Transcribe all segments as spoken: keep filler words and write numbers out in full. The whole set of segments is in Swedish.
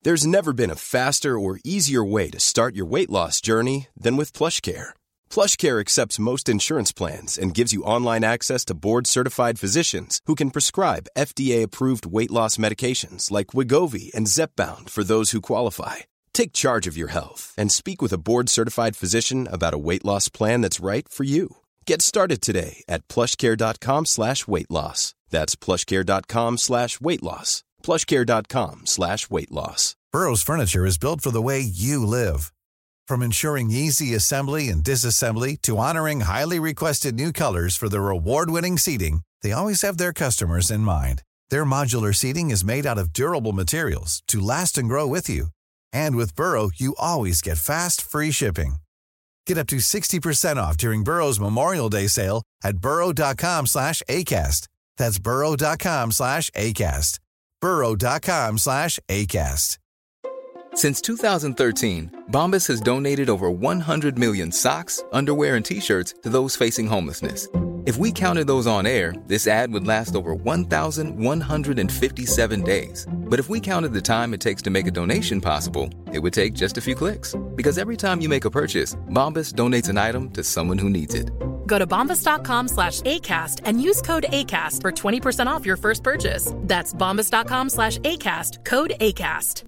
There's never been a faster or easier way to start your weight loss journey than with PlushCare. PlushCare accepts most insurance plans and gives you online access to board-certified physicians who can prescribe F D A-approved weight loss medications like Wegovy and Zepbound for those who qualify. Take charge of your health and speak with a board-certified physician about a weight loss plan that's right for you. Get started today at plushcare.com slash weight loss. That's plushcare.com slash weight loss. plushcare.com slash weight loss. Burrow's furniture is built for the way you live. From ensuring easy assembly and disassembly to honoring highly requested new colors for their award-winning seating, they always have their customers in mind. Their modular seating is made out of durable materials to last and grow with you. And with Burrow, you always get fast, free shipping. Get up to sixty percent off during Burrow's Memorial Day sale at burrow.com slash ACAST. That's burrow.com slash ACAST. burrow.com slash ACAST. Since two thousand thirteen, Bombas has donated over one hundred million socks, underwear, and T-shirts to those facing homelessness. If we counted those on air, this ad would last over one thousand one hundred fifty-seven days. But if we counted the time it takes to make a donation possible, it would take just a few clicks. Because every time you make a purchase, Bombas donates an item to someone who needs it. Go to bombas.com slash ACAST and use code ACAST for twenty percent off your first purchase. That's bombas.com slash ACAST, code ACAST.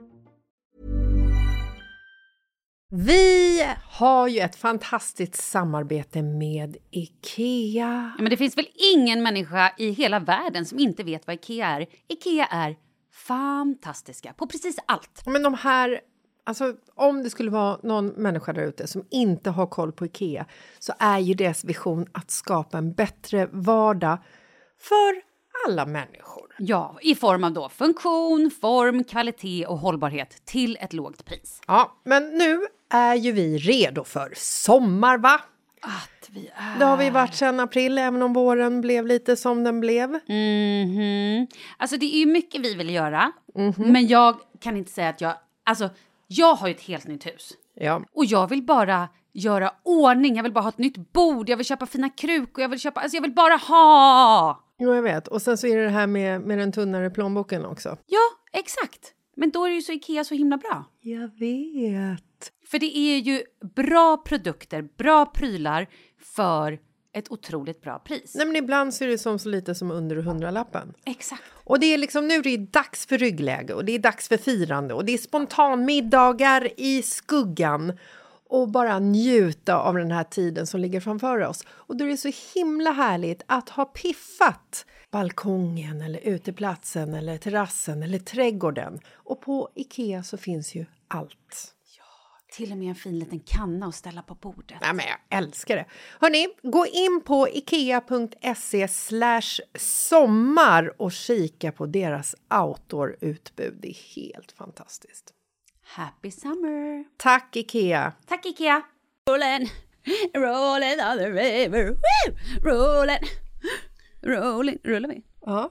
Vi har ju ett fantastiskt samarbete med IKEA. Ja, men det finns väl ingen människa i hela världen som inte vet vad IKEA är. IKEA är fantastiska på precis allt. Men de här, alltså om det skulle vara någon människa där ute som inte har koll på IKEA, så är ju deras vision att skapa en bättre vardag för alla människor. Ja, i form av då funktion, form, kvalitet och hållbarhet till ett lågt pris. Ja, men nu är ju vi redo för sommar, va? Att vi är... Det har vi varit sedan april, även om våren blev lite som den blev. Mhm. Alltså det är ju mycket vi vill göra. Mhm. Men jag kan inte säga att jag... Alltså, jag har ju ett helt nytt hus. Ja. Och jag vill bara göra ordning. Jag vill bara ha ett nytt bord. Jag vill köpa fina krukor. Jag vill köpa... Alltså jag vill bara ha... Jo, jag vet. Och sen så är det det här med, med den tunnare plånboken också. Ja, exakt. Men då är det ju så IKEA så himla bra. Jag vet. För det är ju bra produkter, bra prylar för ett otroligt bra pris. Nej, men ibland så är det som så lite som under hundralappen. Exakt. Och det är liksom, nu är det dags för ryggläge och det är dags för firande och det är spontanmiddagar i skuggan. Och bara njuta av den här tiden som ligger framför oss. Och då är det så himla härligt att ha piffat balkongen eller uteplatsen eller terrassen eller trädgården. Och på IKEA så finns ju allt. Till och med en fin liten kanna att ställa på bordet. Ja, men jag älskar det. Hörrni, gå in på ikea.se slash sommar och kika på deras outdoor-utbud. Det är helt fantastiskt. Happy summer. Tack IKEA. Tack IKEA. Rolling, rolling on the river. Woo! Rolling, rolling. Rullar vi? Ja.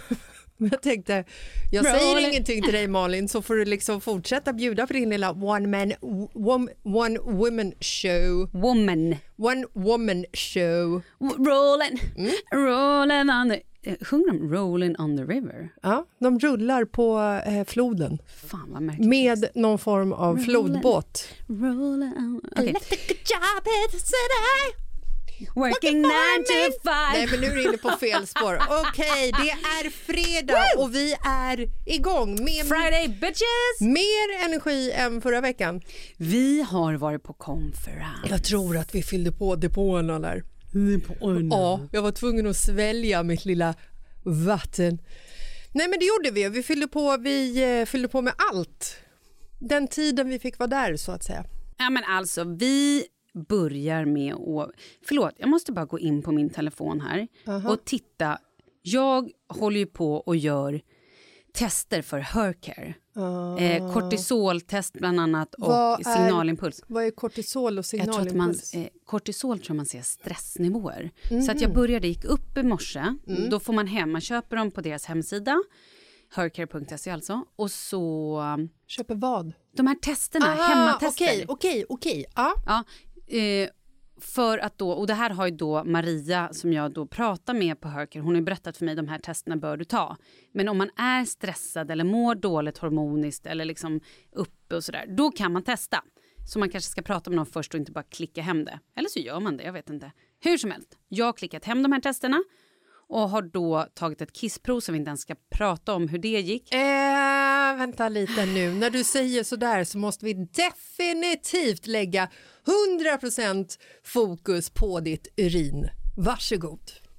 Jag tänkte, jag Rolling. säger ingenting till dig Malin, så får du liksom fortsätta bjuda på din lilla one man, one, one woman show. Woman. One woman show. Rolling, mm. rolling on the... Sjunger de Rolling on the river? Ja, de rullar på eh, floden. Fan vad märkligt. Med någon form av rolling, flodbåt. Rolling on... Okay. Let's take a job in the city. Working nine to five. Nej, men nu är du inne på fel spår. Okej, okay, det är fredag. Woo! Och vi är igång med Friday bitches. Mer energi än förra veckan. Vi har varit på konferens. Jag tror att vi fyllde på depåerna där. Depåerna. Ja, jag var tvungen att svälja mitt lilla vatten. Nej, men det gjorde vi. Vi fyllde på, vi fyllde på med allt. Den tiden vi fick vara där, så att säga. Ja, men alltså, vi börjar med att... Förlåt, jag måste bara gå in på min telefon här. Uh-huh. Och titta. Jag håller ju på och gör tester för Hercare. Uh. Eh, kortisoltest bland annat och vad signalimpuls. Är, vad är kortisol och signalimpuls? Jag tror att man, eh, kortisol tror man ser stressnivåer. Mm. Så att jag började, gick upp i morse. Mm. Då får man hem, man köper dem på deras hemsida. hercare punkt se alltså. Och så... Köper vad? De här testerna, Aha, hemmatester. Okej, okej, okej. Ja. Ja, eh, för att då, och det här har ju då Maria som jag då pratar med på Herker, hon har ju berättat för mig de här testerna bör du ta. Men om man är stressad eller mår dåligt hormoniskt eller liksom uppe och sådär, då kan man testa. Så man kanske ska prata med någon först och inte bara klicka hem det. Eller så gör man det, jag vet inte. Hur som helst, jag har klickat hem de här testerna och har då tagit ett kissprov som vi inte ens ska prata om hur det gick. Eh, vänta lite nu. När du säger så där så måste vi definitivt lägga hundra procent fokus på ditt urin. Varsågod.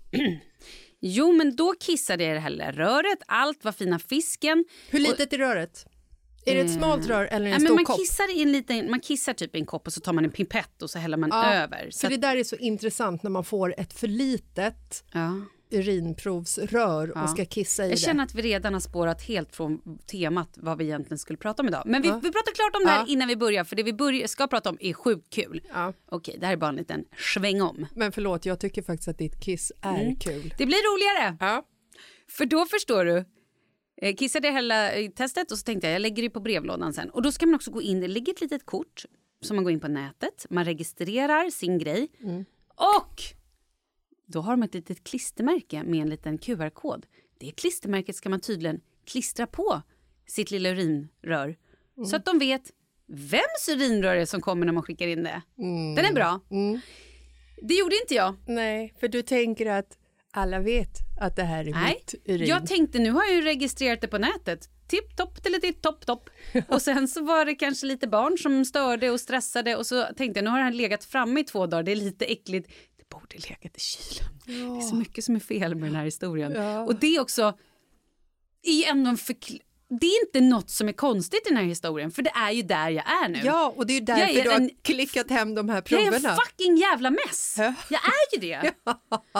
Jo, men då kissade jag i det här röret. Allt var fina fisken. Hur litet och, är röret? Är det ett smalt rör eller en ja, stor men man kopp? Kissar i en liten, man kissar typ i en kopp och så tar man en pipett och så häller man ja, över. Så för det att, där är så intressant när man får ett för litet ja. urinprovsrör Ja. och ska kissa i jag det. Jag känner att vi redan har spårat helt från temat vad vi egentligen skulle prata om idag. Men vi, ja. vi pratar klart om det här ja. innan vi börjar. För det vi börjar, ska prata om är sjukt kul. Ja. Okej, det här är bara en liten sväng om. Men förlåt, jag tycker faktiskt att ditt kiss är mm. kul. Det blir roligare. Ja. För då förstår du. Jag kissade hela testet och så tänkte jag jag lägger det på brevlådan sen. Och då ska man också gå in, det ligger ett litet kort som man går in på nätet. Man registrerar sin grej. Mm. Och då har de ett litet klistermärke med en liten Q R-kod. Det klistermärket ska man tydligen klistra på sitt lilla urinrör. Mm. Så att de vet vems urinrör är som kommer när man skickar in det. Mm. Den är bra. Mm. Det gjorde inte jag. Nej, för du tänker att alla vet att det här är Nej, mitt urin. Jag tänkte, nu har jag ju registrerat det på nätet. Tipp, topp, eller tipp, topp, topp. Och sen så var det kanske lite barn som störde och stressade. Och så tänkte jag, nu har han legat framme i två dagar. Det är lite äckligt. Det borde legat i kylen. Ja. Det är så mycket som är fel med den här historien. Ja. Och det är också är ändå en förkl- det är inte något som är konstigt i den här historien. För det är ju där jag är nu. Ja, och det är ju därför är du har en... klickat hem de här proverna. Jag är en fucking jävla mess. Ja. Jag är ju det. Ja.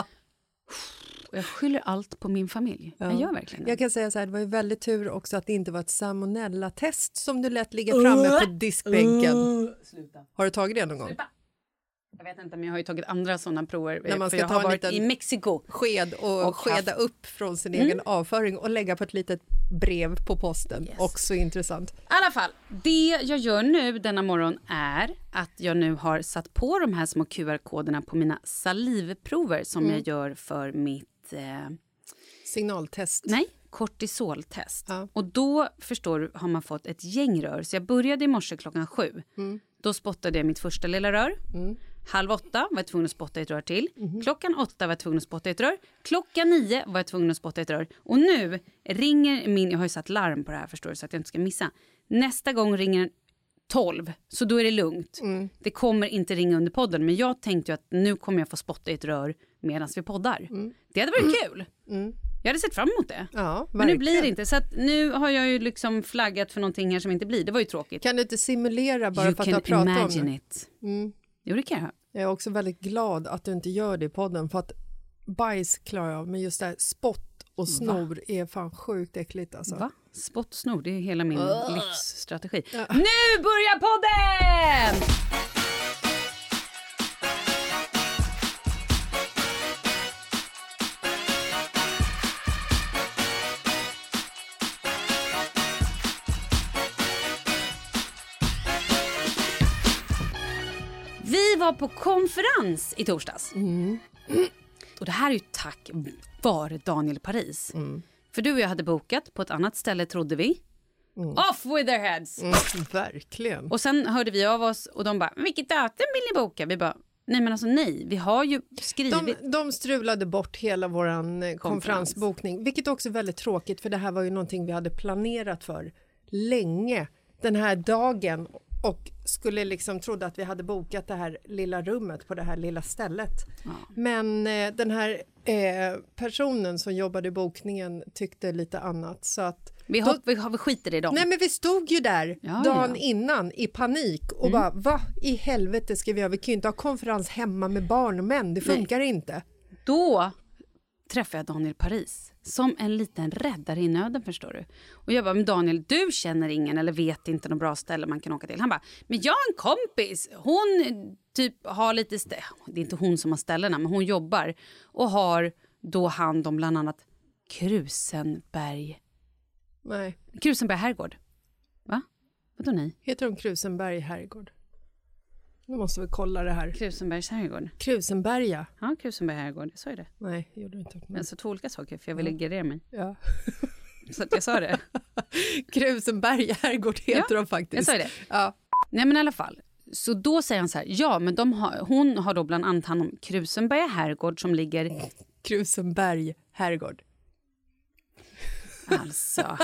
Och jag skyller allt på min familj. Ja. Jag gör verkligen det. Jag kan säga så här, det var ju väldigt tur också att det inte var ett salmonella-test som du lät ligga framme uh, på diskbänken. Uh, Sluta. Har du tagit det någon gång? Sluta. Jag vet inte, men jag har ju tagit andra sådana prover. När man ska för jag ta har en varit liten i Mexiko. Sked och, och skeda haft... upp från sin mm. egen avföring och lägga på ett litet brev på posten. Yes. Också intressant. I alla fall, det jag gör nu denna morgon är att jag nu har satt på de här små Q R-koderna på mina salivprover som mm. jag gör för mitt... Eh... Signaltest. Nej, kortisoltest. Ja. Och då, förstår du, har man fått ett gäng rör. Så jag började i morse klockan sju. Mm. Då spottade jag mitt första lilla rör. Mm. Halv åtta var jag tvungen att spotta ett rör till. Mm. Klockan åtta var jag tvungen att spotta ett rör. Klockan nio var jag tvungen att spotta ett rör. Och nu ringer min... Jag har ju satt larm på det här, förstår du, så att jag inte ska missa. Nästa gång ringer den tolv, så då är det lugnt. Mm. Det kommer inte ringa under podden. Men jag tänkte ju att nu kommer jag få spotta ett rör medan vi poddar. Mm. Det hade varit kul. Mm. Jag hade sett fram emot det. Ja, men nu blir det inte. Så att nu har jag ju liksom flaggat för någonting här som inte blir. Det var ju tråkigt. Kan du inte simulera bara you för att du har pratat om det? You can imagine it. Mm. Jo, det kan jag. Jag är också väldigt glad att du inte gör det i podden. För att bajs klarar jag. Men just det här spott och snor Va? är fan sjukt äckligt. Alltså. Va? Spott och snor, det är hela min uh. livsstrategi. Ja. Nu börjar podden! Vi var på konferens i torsdags. Mm. Och det här är ju tack vare Daniel Paris. Mm. För du och jag hade bokat på ett annat ställe, trodde vi. Mm. Off with their heads! Mm, verkligen. Och sen hörde vi av oss och de bara, vilket datum vill ni boka? Vi bara, nej men alltså nej, vi har ju skrivit... De, de strulade bort hela våran konferens. konferensbokning. Vilket också är väldigt tråkigt, för det här var ju någonting vi hade planerat för länge. Den här dagen... Och skulle liksom trodde att vi hade bokat det här lilla rummet på det här lilla stället. Ja. Men eh, den här eh, personen som jobbade i bokningen tyckte lite annat. Så att, vi, har, då, vi, har, vi skiter i dem. Nej, men vi stod ju där ja, dagen ja. innan i panik. Och mm. bara, vad i helvete ska vi göra? Vi kan ju inte ha konferens hemma med barn och män. Det funkar Nej. inte. Då träffade jag Daniel Paris. Som en liten räddare i nöden, förstår du. Och jag bara, men Daniel, du känner ingen eller vet inte någon bra ställe man kan åka till. Han bara, men jag har en kompis. Hon typ har lite... Stä- det är inte hon som har ställena, men hon jobbar. Och har då hand om bland annat Krusenberg. Nej. Krusenberg herrgård. Va? Vadå nej? Heter de Krusenberg herrgård? Nu måste vi kolla det här. Krusenbergs herrgård. Krusenberga. Ja, Krusenberg herrgård. Jag sa ju det. Nej, jag gjorde inte. Men så två olika saker, för jag ville ja. gardera mig. Ja. Så att jag sa det. Krusenberga herrgård heter ja, de faktiskt. Jag sa det. Ja. Nej, men i alla fall. Så då säger han så här, ja, men de har, hon har då bland annat hand om Krusenberga herrgård som ligger... Krusenberg herrgård. Alltså...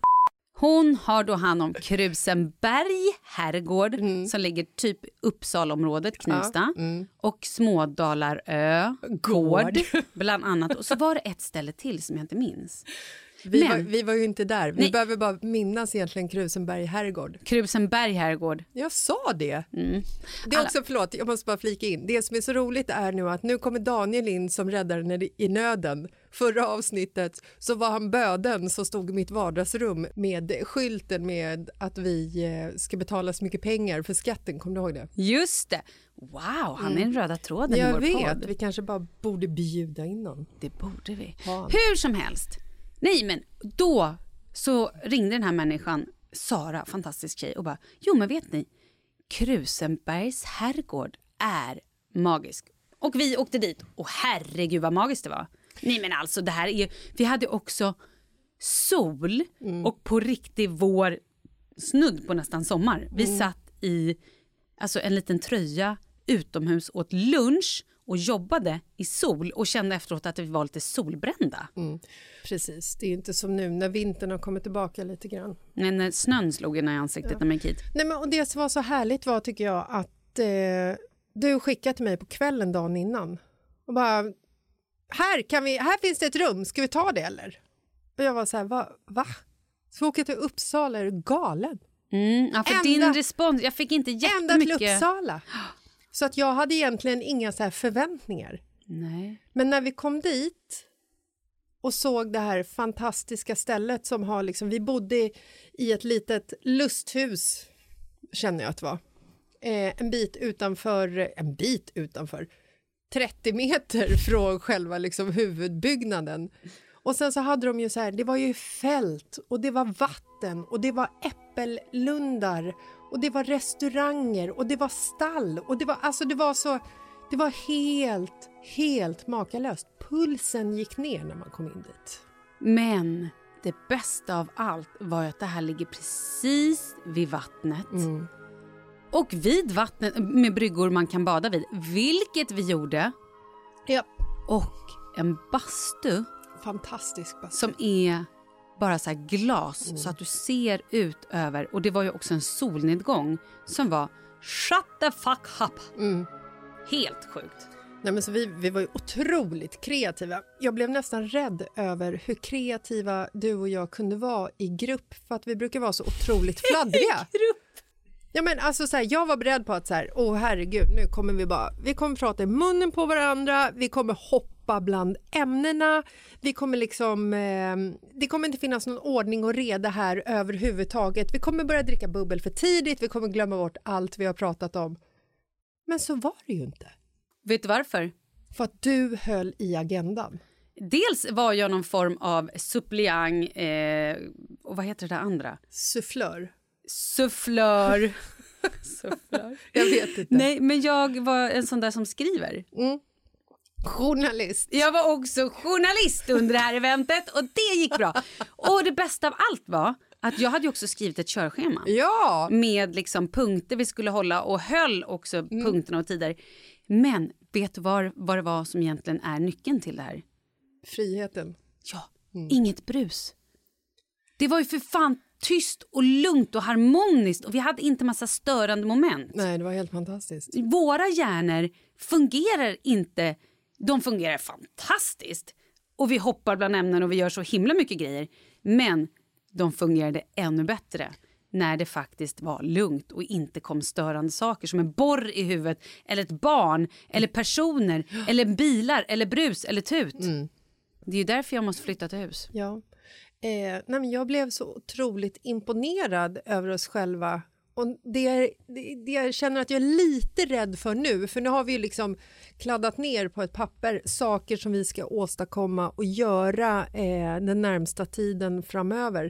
Hon har då hand om Krusenberg herrgård mm. som ligger typ Uppsalaområdet, Knivsta. Ja, mm. Och Smådalarö gård bland annat. Och så var det ett ställe till som jag inte minns. Vi, Men, var, vi var ju inte där. Vi nej. behöver bara minnas egentligen Krusenberg herrgård. Krusenberg herrgård. Jag sa det. Mm. Det är också, förlåt, jag måste bara flika in. Det som är så roligt är nu att nu kommer Daniel in som räddaren i nöden. Förra avsnittet så var han böden som stod i mitt vardagsrum med skylten med att vi ska betala så mycket pengar för skatten. Kommer du ihåg det? Just det. Wow, han är den röda tråden jag i vår vet, podd. Vi kanske bara borde bjuda in någon. Det borde vi. Ja. Hur som helst. Nej, men då så ringde den här människan, Sara, fantastisk tjej, och bara, jo men vet ni, Krusenbergs herrgård är magisk. Och vi åkte dit, och herregud vad magiskt det var. Nej men alltså det här är, vi hade också sol mm. och på riktig vår, snudd på nästan sommar. Vi mm. satt i alltså en liten tröja utomhus åt lunch och jobbade i sol och kände efteråt att vi var lite solbrända. Mm. Precis, det är inte som nu när vintern har kommit tillbaka lite grann. Nej, när snön slog in i ansiktet ja. när man gick hit. Nej, men och det som var så härligt var tycker jag att eh, du skickade till mig på kvällen dagen innan. Och bara, här, kan vi, här finns det ett rum, ska vi ta det eller? Och jag var så här, va? va? Så åker till Uppsala, är du galen? Mm, ja, för ända, din respons, jag fick inte jättemycket. Ända till Uppsala. Så att jag hade egentligen inga så här förväntningar. Nej. Men när vi kom dit och såg det här fantastiska stället som har liksom, vi bodde i ett litet lusthus, känner jag att det var. Eh, en bit utanför, en bit utanför, trettio meter från själva liksom huvudbyggnaden. Och sen så hade de ju så här, det var ju fält och det var vatten och det var äppellundar och det var restauranger och det var stall och det var, alltså det var så, det var helt, helt makalöst. Pulsen gick ner när man kom in dit. Men det bästa av allt var att det här ligger precis vid vattnet. Mm. Och vid vattnet med bryggor man kan bada vid, vilket vi gjorde. Ja. Och en bastu. Fantastisk bastu. Som är bara så här glas mm. så att du ser ut över. Och det var ju också en solnedgång som var shut the fuck up. Mm. Helt sjukt. Nej, men så vi, vi var ju otroligt kreativa. Jag blev nästan rädd över hur kreativa du och jag kunde vara i grupp. För att vi brukar vara så otroligt fladdriga. I grupp? Ja, men alltså så här, jag var beredd på att så här, åh herregud, nu kommer vi bara, vi kommer prata i munnen på varandra, vi kommer hoppa bland ämnena, vi kommer liksom, eh, det kommer inte finnas någon ordning och reda här överhuvudtaget, vi kommer börja dricka bubbel för tidigt, vi kommer glömma bort allt vi har pratat om. Men så var det ju inte. Vet du varför? För att du höll i agendan. Dels var jag någon form av suppleant, eh, och vad heter det där andra? Sufflör. Sufflör. Sufflör. Jag vet inte. Nej, men jag var en sån där som skriver. Mm. Journalist. Jag var också journalist under det här eventet och det gick bra. Och det bästa av allt var att jag hade också skrivit ett körschema. Ja. Med liksom punkter vi skulle hålla och höll också mm. punkterna och tider. Men vet du vad, vad det var som egentligen är nyckeln till det här? Friheten. Ja, mm. inget brus. Det var ju för fan tyst och lugnt och harmoniskt och vi hade inte massa störande moment. Nej, det var helt fantastiskt. Våra hjärnor fungerar inte, de fungerar fantastiskt och vi hoppar bland ämnen och vi gör så himla mycket grejer, men de fungerade ännu bättre när det faktiskt var lugnt och inte kom störande saker som en borr i huvudet eller ett barn eller personer eller bilar eller brus eller tut. Mm. Det är ju därför jag måste flytta till hus. Ja. Eh, nej men jag blev så otroligt imponerad över oss själva. Och det, är, det, det jag känner att jag är lite rädd för nu. För nu har vi ju liksom kladdat ner på ett papper saker som vi ska åstadkomma och göra eh, den närmsta tiden framöver.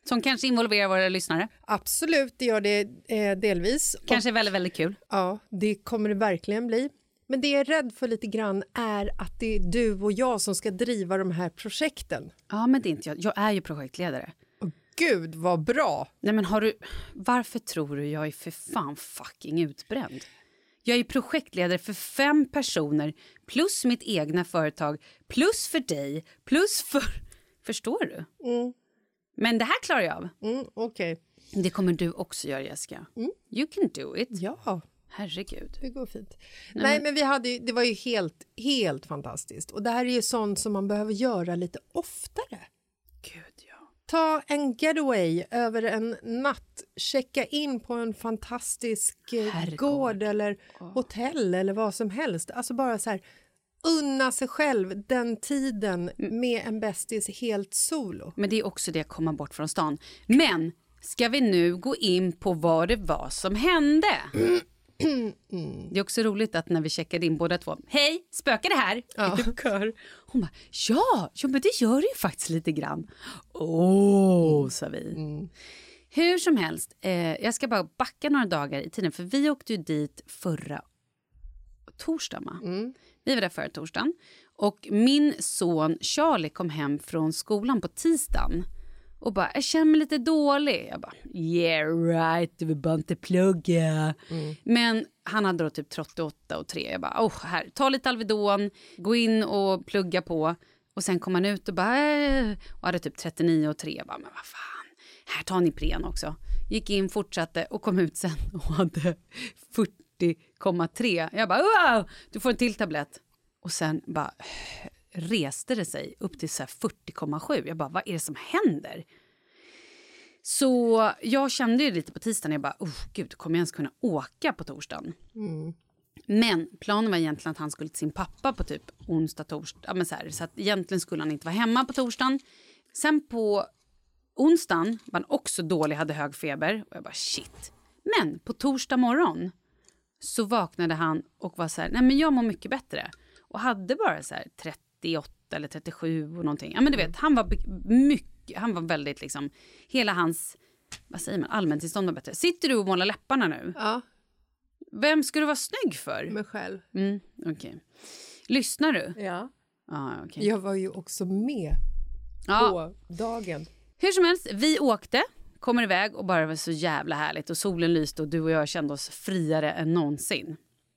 Som kanske involverar våra lyssnare. Absolut, det gör det eh, delvis. Kanske och, väldigt, väldigt kul. Ja, det kommer det verkligen bli. Men det jag är rädd för lite grann är att det är du och jag som ska driva de här projekten. Ja, men det är inte jag. Jag är ju projektledare. Åh, Gud, vad bra! Nej, men har du... Varför tror du jag är för fan fucking utbränd? Jag är projektledare för fem personer plus mitt egna företag plus för dig plus för... Förstår du? Mm. Men det här klarar jag av. Mm, okej. Okay. Det kommer du också göra, Jessica. Mm. You can do it. Ja. Herregud. Det går fint. Nej, Nej men vi hade ju, det var ju helt, helt fantastiskt. Och det här är ju sånt som man behöver göra lite oftare. Gud, ja. Ta en getaway över en natt. Checka in på en fantastisk Herregud. gård eller oh. hotell eller vad som helst. Alltså bara så här, unna sig själv den tiden med en bästis helt solo. Men det är också det att komma bort från stan. Men ska vi nu gå in på vad det var som hände? Mm. Mm. Det är också roligt att när vi checkade in båda två. Hej, spökar det här? Ja. Hon bara, ja, ja, men det gör det ju faktiskt lite grann. Åh, oh, sa vi. Mm. Hur som helst, eh, jag ska bara backa några dagar i tiden. För vi åkte ju dit förra torsdagen. Mm. Vi var där förra torsdagen. Och min son Charlie kom hem från skolan på tisdagen. Och bara, jag känner mig lite dålig. Jag bara, yeah right, du vill bara inte plugga. Mm. Men han hade då typ trettioåtta och tre. Jag bara, oh, här, ta lite Alvedon, gå in och plugga på. Och sen kom han ut och bara, äh, och hade typ trettionio och tre. Jag bara, men vad fan, här tar ni Ipren också. Gick in, fortsatte och kom ut sen och hade fyrtio komma tre. Jag bara, wow, du får en till tablett. Och sen bara reste det sig upp till så här fyrtio komma sju. Jag bara, vad är det som händer? Så jag kände ju lite på tisdagen. Jag bara, oh gud, kommer jag ens kunna åka på torsdagen? Mm. Men planen var egentligen att han skulle till sin pappa på typ onsdag, torsdag. Ja, men så här, så att egentligen skulle han inte vara hemma på torsdagen. Sen på onsdagen var han också dålig, hade hög feber. Och jag bara, shit. Men på torsdag morgon så vaknade han och var så här, nej men jag mår mycket bättre. Och hade bara så här trettioåtta eller trettiosju och någonting. Ja men du vet, han var mycket, han var väldigt liksom, hela hans, vad säger man, allmäntillstånd var bättre. Sitter du och målar läpparna nu? Ja. Vem ska du vara snygg för? Mig själv. Mm, okej. Okay. Lyssnar du? Ja. Ah, okay. Jag var ju också med ja. på dagen. Hur som helst, vi åkte, kommer iväg och bara var så jävla härligt. Och solen lyste och du och jag kände oss friare än någonsin.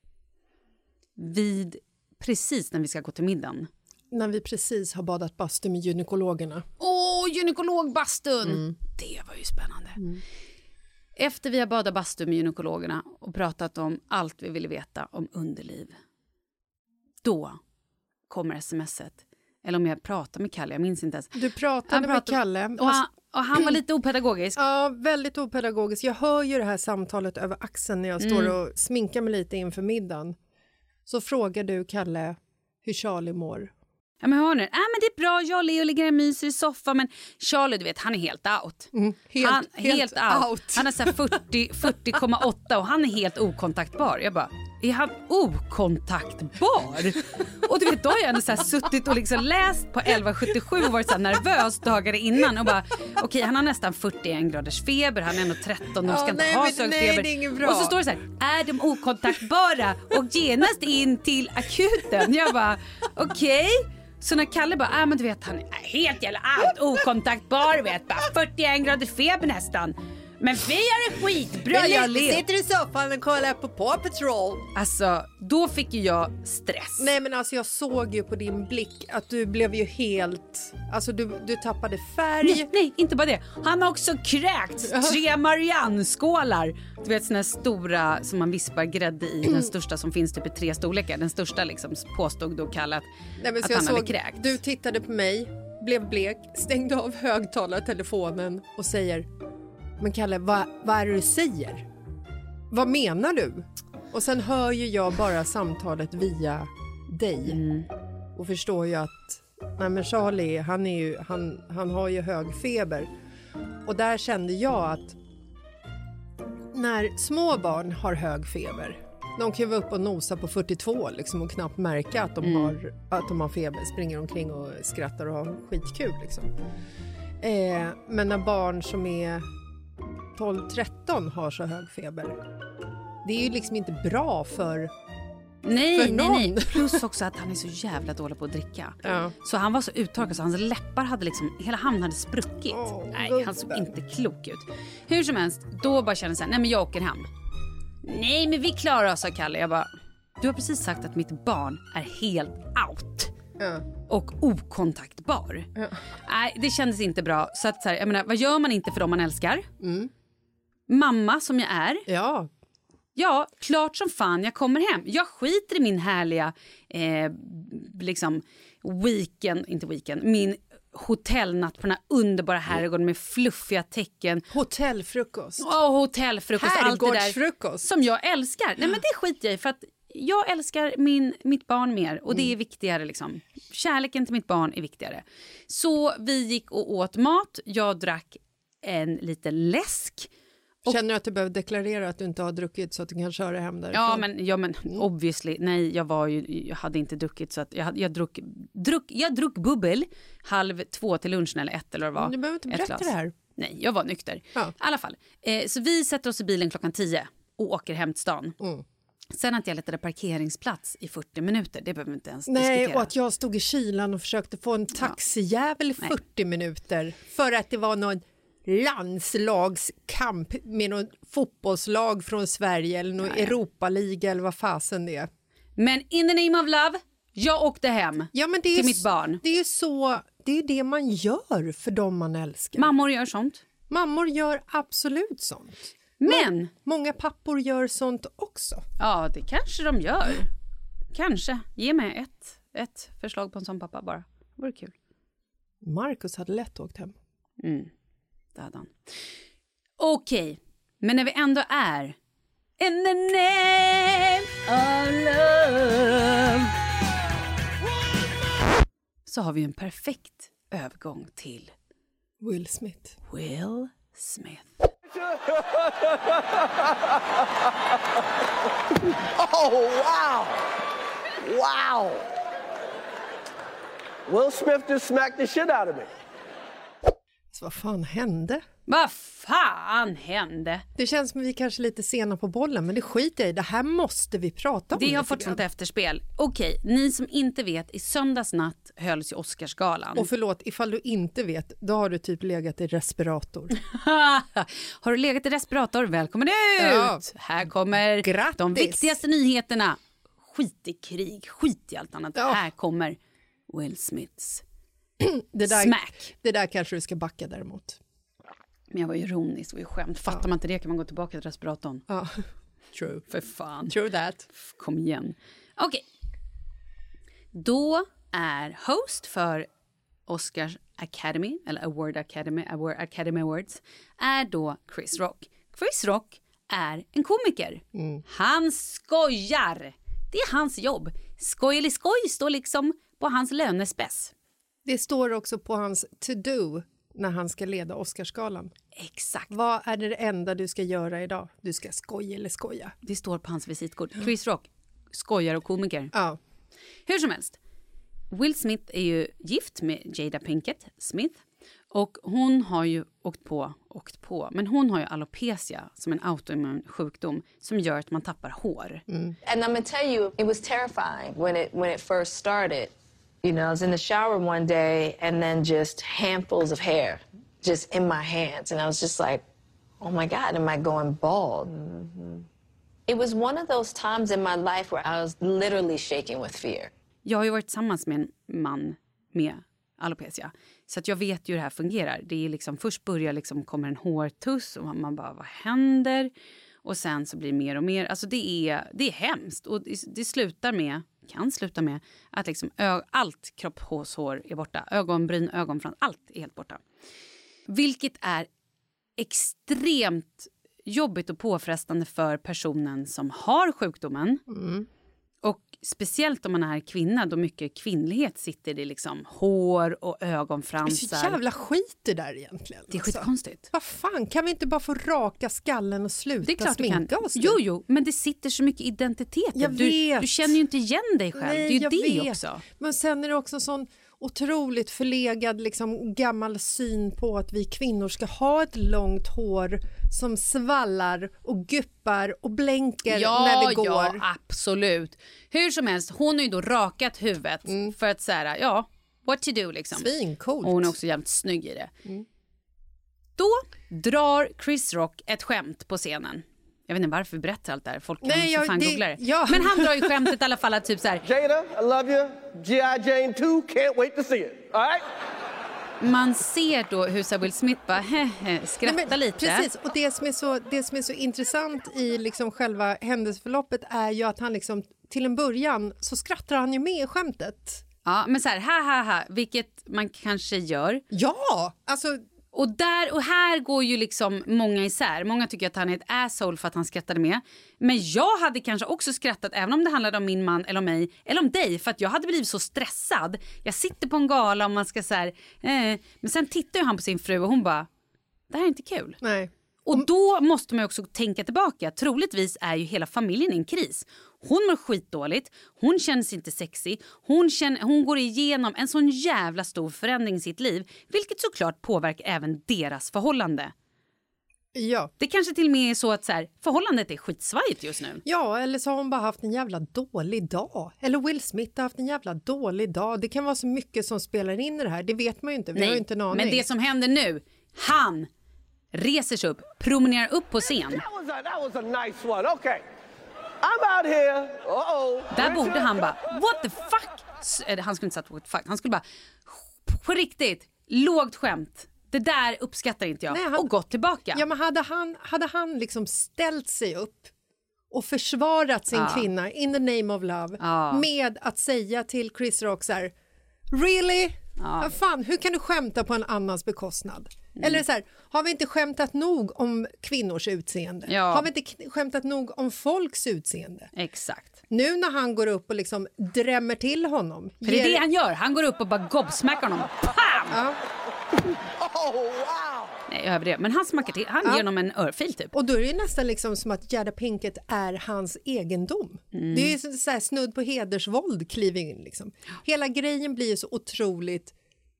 Vid precis när vi ska gå till middagen. När vi precis har badat bastu med gynekologerna. Åh, gynekologbastun! Mm. Det var ju spännande. Mm. Efter vi har badat bastu med gynekologerna och pratat om allt vi ville veta om underliv. Då kommer smset. Eller om jag pratar med Kalle, jag minns inte ens. Du pratade, pratade med Kalle. Och han, och han var lite opedagogisk. Ja, väldigt opedagogisk. Jag hör ju det här samtalet över axeln när jag mm. står och sminkar mig lite inför middagen. Så frågar du Kalle hur Charlie mår. Ja men hör nu, äh, men det är bra, jag och Leo ligger och myser i soffan. Men Charlie, du vet, han är helt out. Mm, helt, han, helt, helt out. out. Han är så här fyrtio komma åtta och han är helt okontaktbar. Jag bara, är han okontaktbar? Och du vet, då har jag ändå så här suttit och liksom läst på elva sjuttiosju och varit så här nervös dagar innan. Och bara, okej, okay, han har nästan fyrtioen graders feber, han är ändå tretton, de ska ja, inte nej, ha så hög feber. Och så står det så här, är de okontaktbara? Och genast in till akuten. Jag bara, okej. Okay. Så när Kalle bara, äh, men du vet, han är helt jävla allt okontaktbar, vet, bara fyrtioen grader feber nästan. Men vi har det skitbra, jag Leo. Sitter i soffan och kollar på Paw Patrol. Alltså, då fick ju jag stress. Nej, men alltså jag såg ju på din blick att du blev ju helt... Alltså du, du tappade färg. Nej, nej, inte bara det. Han har också kräkt tre Marianne-skålar. Du vet, såna här stora som man vispar grädde i. Den största som finns typ i tre storlekar. Den största liksom påstod då kallat nej, men att så han jag hade såg, kräkt. Du tittade på mig, blev blek, stängde av högtalartelefonen och säger... Men Kalle, vad, vad är det du säger? Vad menar du? Och sen hör ju jag bara samtalet via dig. Mm. Och förstår ju att nej men Charlie, han, är ju, han, han har ju hög feber. Och där kände jag att när små barn har hög feber, de kan ju vara upp och nosa på fyrtiotvå liksom, och knappt märka att de, mm. har, att de har feber. Springer omkring och skrattar och har skitkul liksom. Eh, men när barn som är tolv tretton har så hög feber, det är ju liksom inte bra för Nej, för nej, någon. nej. Plus också att han är så jävla dålig på att dricka. Ja. Så han var så uttorkad så hans läppar hade liksom, hela handen hade spruckit. Åh, nej, han såg inte klok ut. Hur som helst, då bara kände jag så här, nej men jag åker hem. Nej, men vi klarar oss, sa Kalle. Jag bara, du har precis sagt att mitt barn är helt out. Ja. Och okontaktbar. Ja. Nej, det kändes inte bra. Så att så här, jag menar, vad gör man inte för dem man älskar? Mm. Mamma som jag är. Ja. Ja, klart som fan jag kommer hem. Jag skiter i min härliga eh, liksom weekend, inte weekend, min hotellnatt på den här underbara herrgården med fluffiga tecken. Hotellfrukost. Och hotellfrukost, allt det där Herrgårdsfrukost. som jag älskar. Nej, men det skiter jag i för att jag älskar min, mitt barn mer och det är viktigare liksom. Kärleken till mitt barn är viktigare. Så vi gick och åt mat, jag drack en liten läsk. Och, känner du att du behöver deklarera att du inte har druckit så att du kan köra hem därifrån? ja, men, ja, men obviously. Nej, jag, var ju, jag hade inte druckit så att jag, jag, druck, druck, jag druck bubbel halv två till lunchen eller ett eller vad det var. Du behöver inte Ett berätta glas. det här. Nej, jag var nykter. Ja. I alla fall. Eh, så vi sätter oss i bilen klockan tio och åker hem till stan. Mm. Sen att jag letade parkeringsplats i fyrtio minuter, det behöver vi inte ens Nej, diskutera. och att jag stod i kylan och försökte få en taxijävel i Nej. fyrtio minuter för att det var någon landslagskamp med någon fotbollslag från Sverige eller någon Ja, ja. Europaliga eller vad fasen det är. Men in the name of love, jag åkte hem Ja, men det är till ju, mitt barn. Det är ju så, det är det man gör för dem man älskar. Mammor gör sånt. Mammor gör absolut sånt. Men, Många pappor gör sånt också. ja, det kanske de gör. Kanske. Ge mig ett, ett förslag på en sån pappa bara. Det vore kul. Marcus hade lätt åkt hem. Mm, det hade han. Okej, men när vi ändå är in the name of love så har vi en perfekt övergång till Will Smith. Will Smith. Oh, wow. Wow. Will Smith just smacked the shit out of me. Så vad fan hände? Vad fan hände? Det känns som att vi kanske är lite sena på bollen, men det skiter jag i. Det här måste vi prata om. Det har lite fått grann. sånt efterspel. Okej, ni som inte vet, i söndags natt hölls ju Oscarsgalan. Och förlåt, ifall du inte vet, då har du typ legat i respirator. Har du legat i respirator? Välkommen ut! Ja. Här kommer Grattis. de viktigaste nyheterna. Skit i krig, skit i allt annat. Ja. Här kommer Will Smiths Det där, smack. det där kanske du ska backa däremot. Men jag var ironisk, det var ju skämt. Fattar man inte det kan man gå tillbaka till respiratorn. Ja, true. För fan. True that. Kom igen. Okej. Då är host för Oscars Academy, eller Award Academy, Award Academy Awards, är då Chris Rock. Chris Rock är en komiker. Mm. Han skojar. Det är hans jobb. Skoj eller skoj står liksom på hans lönespec. Det står också på hans to-do när han ska leda Oscarsgalan. Exakt. Vad är det enda du ska göra idag? Du ska skoja eller skoja. Det står på hans visitkort. Chris Rock, skojar och komiker. Ja. Hur som helst. Will Smith är ju gift med Jada Pinkett Smith. Och hon har ju åkt på, åkt på, men hon har ju alopecia som en autoimmun sjukdom som gör att man tappar hår. Mm. And I'm gonna tell you, it was terrifying when it when it first started. You know, I was in the shower one day and then just handfuls of hair just in my hands. And I was just like, oh my God, am I going bald? Mm-hmm. It was one of those times in my life where I was literally shaking with fear. Jag har ju varit tillsammans med en man med alopecia. Så att jag vet ju hur det här fungerar. Det är liksom, först börjar liksom, kommer en hårtuss och man bara, vad händer? Och sen så blir det mer och mer. Alltså det är, det är hemskt. Och det, det slutar med, kan sluta med att liksom ö, allt kroppshår är borta. Ögonbryn, ögonfrans, allt är helt borta. Vilket är extremt jobbigt och påfrestande för personen som har sjukdomen. Mm. Och speciellt om man är kvinna, då mycket kvinnlighet sitter i liksom hår och Det är ögonfransar. så jävla skit det där egentligen. Det är alltså. skitkonstigt. Vad fan, kan vi inte bara få raka skallen och sluta Det är klart du kan. sminka oss? Jo, jo, men det sitter så mycket identitet. Jag Du, vet. du känner ju inte igen dig själv. Nej, det är ju jag det vet. också. Men sen är det också sån otroligt förlegad liksom, gammal syn på att vi kvinnor ska ha ett långt hår som svallar och guppar och blänker ja, när vi går. Ja, absolut. Hur som helst, hon har ju då rakat huvudet mm. för att säga, ja, what to do liksom. Svincoolt. Och hon är också jävligt snygg i det. Mm. Då drar Chris Rock ett skämt på scenen. Jag vet inte varför vi berättar allt det här. Folk kan Nej, jag, fan det, googla det. Ja. Men han drar ju skämtet i alla fall att typ så här. Jada, I love you. G I Jane two, can't wait to see it. All right? Man ser då hur så Will Smith bara hehe, skrattar Nej, men, lite. Precis, och det som är så, det som är så intressant i liksom själva händelseförloppet är ju att han liksom till en början så skrattar han ju med i skämtet. Ja, men så här, ha ha ha, vilket man kanske gör. Ja, alltså... Och, där, och här går ju liksom många isär. Många tycker att han är ett asshole för att han skrattade med. Men jag hade kanske också skrattat även om det handlade om min man eller om mig. Eller om dig, för att jag hade blivit så stressad. Jag sitter på en gala och man ska så här... Eh, men sen tittar ju han på sin fru och hon bara... Det här är inte kul. Nej. Och då måste man också tänka tillbaka. Troligtvis är ju hela familjen i en kris. Hon mår skitdåligt. Hon känns inte sexy. Hon, känner, hon går igenom en sån jävla stor förändring i sitt liv. Vilket såklart påverkar även deras förhållande. Ja. Det kanske till och med är så att så här, förhållandet är skitsvajigt just nu. Ja, eller så har hon bara haft en jävla dålig dag. Eller Will Smith har haft en jävla dålig dag. Det kan vara så mycket som spelar in i det här. Det vet man ju inte. Vi Nej, har ju inte en aning. Men det som händer nu, han... reser sig upp, promenerar upp på scen. That was a, that was a nice one. Okay. I'm out here. Uh-oh. Där borde han bara, what the fuck? Han skulle inte sagt what the fuck. Han skulle bara, på riktigt, lågt skämt. Det där uppskattar inte jag. Nej, han, och gått tillbaka. Ja, men hade han, hade han liksom ställt sig upp och försvarat sin ja. kvinna in the name of love ja. med att säga till Chris Rock så här, really? Ja. Fan, hur kan du skämta på en annans bekostnad? Mm. Eller så här, har vi inte skämtat nog om kvinnors utseende? Ja. Har vi inte skämtat nog om folks utseende? Exakt. Nu när han går upp och liksom drämmer till honom. För ger... det är det han gör. Han går upp och bara gobsmackar honom. Pam! Ja. Oh, wow! Nej, över det. Men han smackar till. Han ja. ger honom en örfil typ. Och då är det nästan liksom som att Jada Pinkett är hans egendom. Mm. Det är ju så här snudd på hedersvåld kliver in liksom. Hela grejen blir ju så otroligt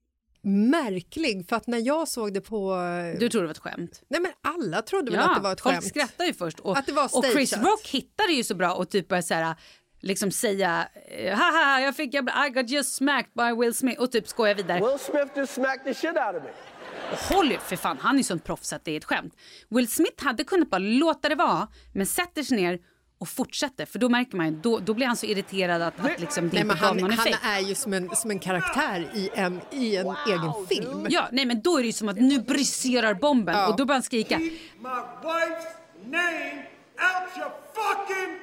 märklig, för att när jag såg det på... Du trodde det var ett skämt? Nej, men alla trodde väl ja, att det var ett folk skämt. Folk skrattade ju först. Och, att det var och Chris Rock hittade ju så bra och typ bara så här, liksom säga haha, jag fick jag, I got just smacked by Will Smith och typ skoja vidare. Will Smith just smacked the shit out of me. Håll för fan, han är ju sånt proffs att det är ett skämt. Will Smith hade kunnat bara låta det vara, men sätter sig ner och fortsätter, för då märker man ju, då, då blir han så irriterad att, att liksom det nej, inte gav någon effekt. Han är ju som en, som en karaktär i en, i en wow, egen film. Ja, nej men då är det ju som att nu briserar bomben ja. och då börjar han skrika. Keep my wife's name out your fucking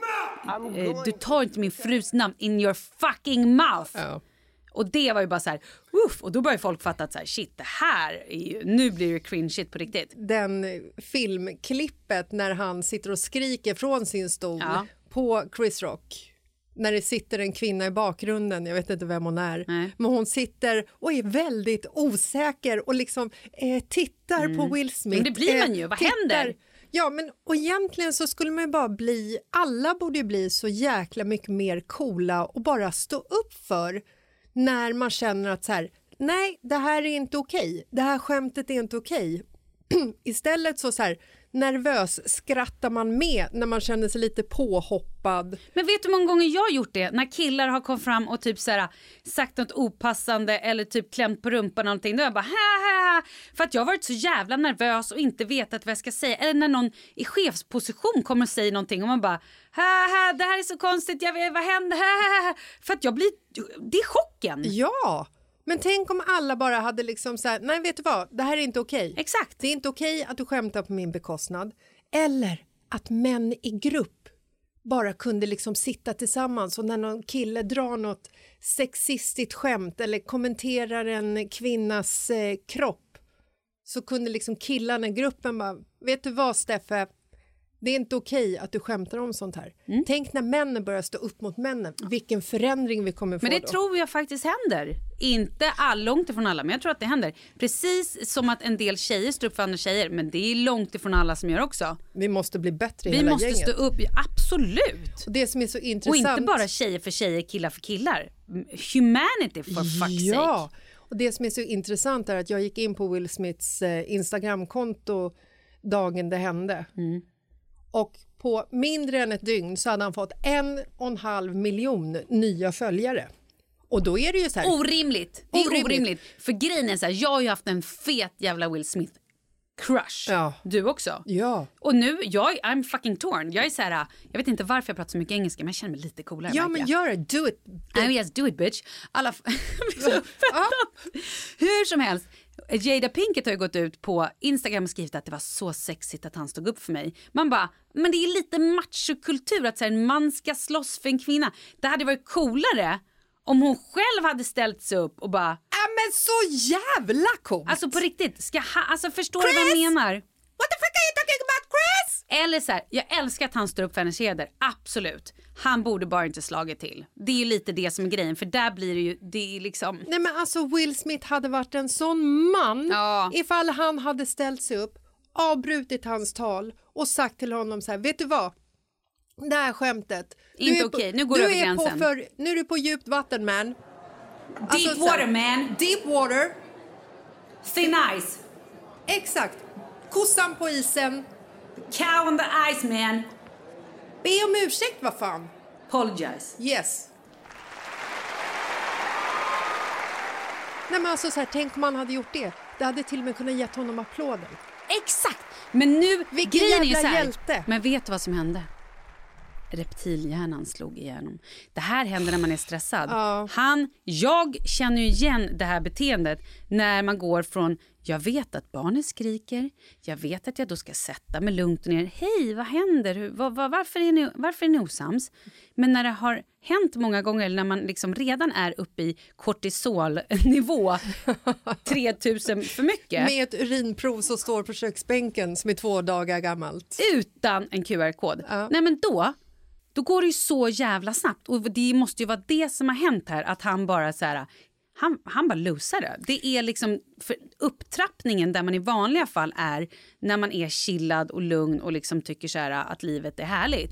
mouth. Du tar inte min frus namn in your fucking mouth. Ja. Och det var ju bara så här, uff, och då börjar folk fatta att så här, shit, det här är ju, nu blir det cringe shit på riktigt. Den filmklippet när han sitter och skriker från sin stol ja. på Chris Rock. När det sitter en kvinna i bakgrunden, jag vet inte vem hon är. Nej. Men hon sitter och är väldigt osäker och liksom eh, tittar mm. på Will Smith. Men det blir man ju, eh, vad tittar, händer? Ja, men och egentligen så skulle man ju bara bli, alla borde ju bli så jäkla mycket mer coola och bara stå upp för när man känner att så här, nej, det här är inte okej. Det här skämtet är inte okej. Istället så så här, nervös skrattar man med när man känner sig lite påhoppad. Men vet du hur många gånger jag har gjort det? När killar har kommit fram och typ så här, sagt något opassande eller typ klämt på rumpan eller någonting. Då är jag bara, ha, ha, för att jag har varit så jävla nervös och inte vetat vad jag ska säga. Eller när någon i chefsposition kommer och säger någonting och man bara, ha, ha, det här är så konstigt, jag vet, vad händer? Ha, ha. För att jag blir, det är chocken. Ja, men tänk om alla bara hade liksom så här, nej vet du vad, det här är inte okej. Exakt. Det är inte okej att du skämtar på min bekostnad. Eller att män i grupp bara kunde liksom sitta tillsammans och när någon kille drar något sexistiskt skämt eller kommenterar en kvinnas eh, kropp så kunde liksom killarna i gruppen bara, vet du vad Steffe, Det är inte okej att du skämtar om sånt här. Mm. Tänk när männen börjar stå upp mot männen. Vilken förändring vi kommer få. Men det då. tror jag faktiskt händer. Inte all, långt ifrån alla, men jag tror att det händer. Precis som att en del tjejer står upp för andra tjejer. Men det är långt ifrån alla som gör också. Vi måste bli bättre i vi hela måste gänget. stå upp, absolut. Och det som är så intressant. Och inte bara tjejer för tjejer, killar för killar. Humanity for fuck's ja. sake. Och det som är så intressant är att jag gick in på Will Smiths eh, Instagramkonto dagen det hände. Mm. Och på mindre än ett dygn så hade han fått en och en halv miljon nya följare. Och då är det ju så här... Orimligt. Det är orimligt. orimligt. För grejen är så här, jag har ju haft en fet jävla Will Smith crush. Ja. Du också. Ja. Och nu, jag, I'm fucking torn. Jag är så här, jag vet inte varför jag pratar så mycket engelska, men jag känner mig lite coolare. Ja, men gör det. Do it. Do it. Yes, do it, bitch. Alla... ja. Hur som helst. Jada Pinkett har ju gått ut på Instagram och skrivit att det var så sexigt att han stod upp för mig. Man bara, men det är lite machokultur att så här, en man ska slåss för en kvinna. Det hade varit coolare om hon själv hade ställt sig upp och bara... Ja, men så jävla coolt! Alltså på riktigt, ska ha, alltså förstår du vad jag menar? What the fuck are you talking about, Chris? Eller så här, jag älskar att han står upp för hennes heder, absolut. Han borde bara inte slagit till. Det är ju lite det som är grejen, för där blir det ju, det är liksom... Nej, men alltså Will Smith hade varit en sån man ja. ifall han hade ställt sig upp, avbrutit hans tal och sagt till honom så här, vet du vad? Det här skämtet. Inte okej, nu går du över gränsen. På för, nu är du på djupt vatten, man. Deep alltså, water, man. Deep water. Thin ice. Exakt. Kossan på isen. Cow on the ice, man. Be om ursäkt, vad fan. Apologize. Yes. Nej, men alltså så här, tänk om man hade gjort det. Det hade till och med kunnat gett honom applåden. Exakt. Men nu, vilken grejen jävla är så här, hjälte. Men vet du vad som hände? Reptilhjärnan slog igenom. Det här händer när man är stressad. Ja. Han, jag känner ju igen det här beteendet när man går från, jag vet att barnet skriker, jag vet att jag då ska sätta mig lugnt ner. Hej, vad händer? Hur, var, var, varför, är ni, varför är ni osams? Men när det har hänt många gånger, när man liksom redan är uppe i kortisolnivå tre tusen för mycket. Med ett urinprov som står på köksbänken som är två dagar gammalt. Utan en Q R-kod. Ja. Nej, men då... Då går det ju så jävla snabbt. Och det måste ju vara det som har hänt här. Att han bara så här, han, han bara losar det. Det är liksom för upptrappningen där man i vanliga fall är när man är chillad och lugn och liksom tycker så här att livet är härligt.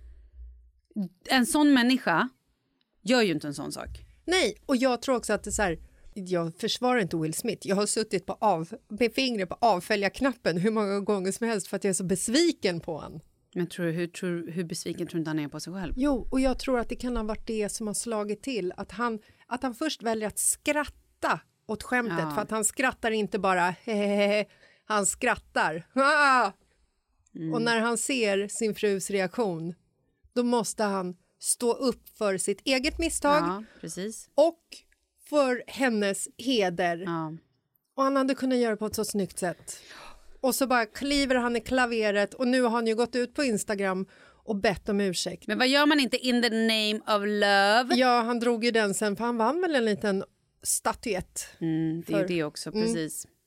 En sån människa gör ju inte en sån sak. Nej, och jag tror också att det är så här, jag försvarar inte Will Smith. Jag har suttit på av, med fingret på avfölja-knappen hur många gånger som helst för att jag är så besviken på han. Men tror, hur, tror, hur besviken tror du inte han är på sig själv? Jo, och jag tror att det kan ha varit det som har slagit till. Att han, att han först väljer att skratta åt skämtet. Ja. För att han skrattar inte bara hehehe, han skrattar. Ah! Mm. Och när han ser sin frus reaktion, då måste han stå upp för sitt eget misstag. Ja, precis. Och för hennes heder. Ja. Och han hade kunnat göra på ett så snyggt sätt. Och så bara kliver han i klaveret och nu har han ju gått ut på Instagram och bett om ursäkt. Men vad gör man inte in the name of love? Ja, han drog ju den sen för han vann väl en liten statyett. Mm, det är för, det också, precis. Mm,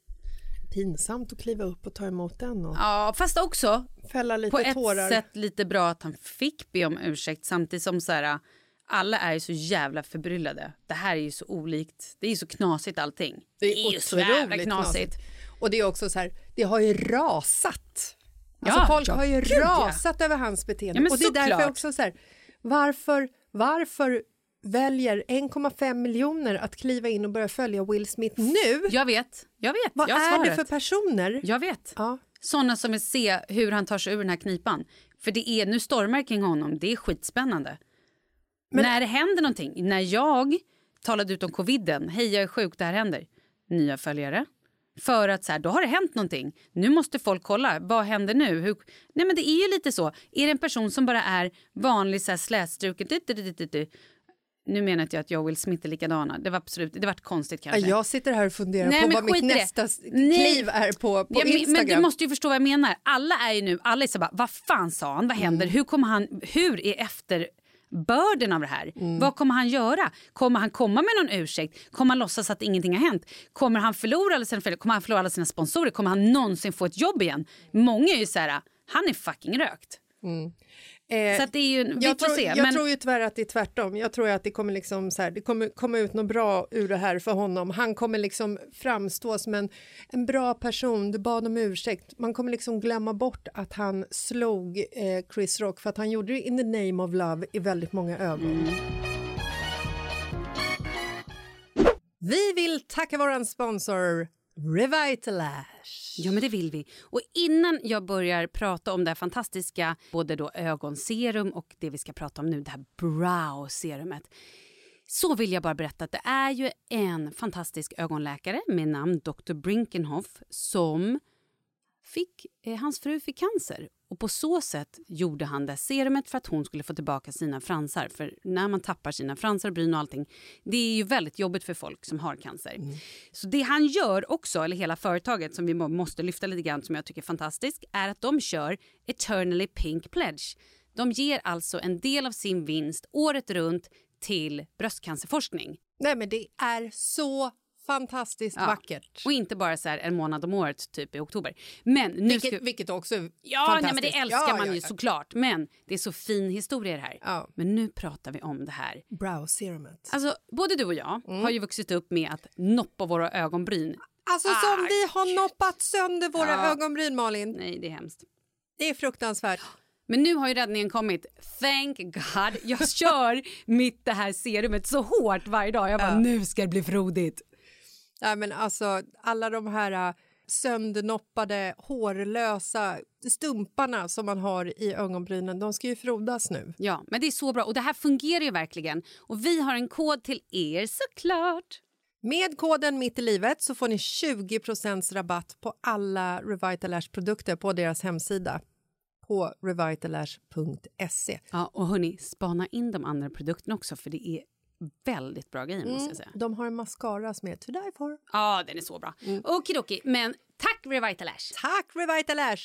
pinsamt att kliva upp och ta emot den. Och ja, fast också fälla lite på ett tårar. sätt lite bra att han fick be om ursäkt samtidigt som så här, alla är ju så jävla förbryllade. Det här är ju så olikt. Det är ju så knasigt allting. Det är, det är ju så jävla knasigt. knasigt. Och det är också så här, det har ju rasat. Alltså ja, folk ja, har ju gud, rasat ja. över hans beteende. Ja, och det är därför klart. också så här, varför, varför väljer en komma fem miljoner att kliva in och börja följa Will Smith nu? Jag vet, jag vet. Vad jag är svaret. det för personer? Jag vet. Ja. Sådana som vill se hur han tar sig ur den här knipan. För det är, nu stormar kring honom, det är skitspännande. Men när det händer någonting, när jag talade ut om coviden, hej jag är sjuk, det här händer. Nya följare. För att så här, då har det hänt någonting. Nu måste folk kolla, vad händer nu? Hur... Nej men det är ju lite så. Är det en person som bara är vanlig så här slätstruken, du, du, du, du, du. Nu menar jag att jag och Will Smith är likadana. Det var absolut, det var konstigt kanske. Jag sitter här och funderar Nej, på vad mitt nästa Nej. kliv är på, på ja, men, Instagram. Men du måste ju förstå vad jag menar. Alla är ju nu, alla är så bara, vad fan sa han? Vad händer? Mm. Hur kommer han, hur är efter börden av det här? Mm. Vad kommer han göra? Kommer han komma med någon ursäkt? Kommer han låtsas att ingenting har hänt? Kommer han förlora alla sina, kommer han förlora alla sina sponsorer? Kommer han någonsin få ett jobb igen? Många är ju så här, han är fucking rökt. Mm. Eh, så att det är ju, vi jag får tror, se. Jag men... tror ju tyvärr att det är tvärtom. Jag tror att det kommer liksom så här, det kommer komma ut något bra ur det här för honom. Han kommer liksom framstå som en, en bra person. Du bad om ursäkt. Man kommer liksom glömma bort att han slog eh, Chris Rock för att han gjorde det in the name of love i väldigt många ögon. Mm. Vi vill tacka våran sponsor Revitalash. Ja, men det vill vi. Och innan jag börjar prata om det här fantastiska, både då ögonserum och det vi ska prata om nu, det här brow-serumet, så vill jag bara berätta att det är ju en fantastisk ögonläkare med namn doktor Brinkenhoff som fick, eh, hans fru fick cancer. Och på så sätt gjorde han det serumet för att hon skulle få tillbaka sina fransar. För när man tappar sina fransar, bryn och allting, det är ju väldigt jobbigt för folk som har cancer. Mm. Så det han gör också, eller hela företaget som vi måste lyfta lite grann som jag tycker är fantastiskt, är att de kör Eternally Pink Pledge. De ger alltså en del av sin vinst året runt till bröstcancerforskning. Nej, men det är så fantastiskt ja. vackert. Och inte bara så här en månad om året typ i oktober. Men nu vilket, ska... vilket också är ja, fantastiskt. Nej, men det älskar ja, man ja, ju ja. såklart. Men det är så fin historia det här. Ja. Men nu pratar vi om det här. Brow serumet. Alltså, både du och jag mm. har ju vuxit upp med att noppa våra ögonbryn. Alltså ah, som vi har noppat sönder våra ja. ögonbryn, Malin. Nej, det är hemskt. Det är fruktansvärt. Men nu har ju räddningen kommit. Thank God. Jag kör mitt det här serumet så hårt varje dag. Jag bara, ja. nu ska det bli frodigt. Nej, men alltså alla de här söndernoppade, hårlösa stumparna som man har i ögonbrynen, de ska ju frodas nu. Ja, men det är så bra. Och det här fungerar ju verkligen. Och vi har en kod till er såklart. Med koden Mitt i livet så får ni tjugo procent rabatt på alla Revitalash-produkter på deras hemsida. På revitalash punkt se. Ja, och hörni, spana in de andra produkterna också för det är väldigt bra grejer, mm, måste jag säga. De har en mascara som är to die for. Ja, den är så bra. Mm. Okidoki, men tack Revitalash. Tack Revitalash.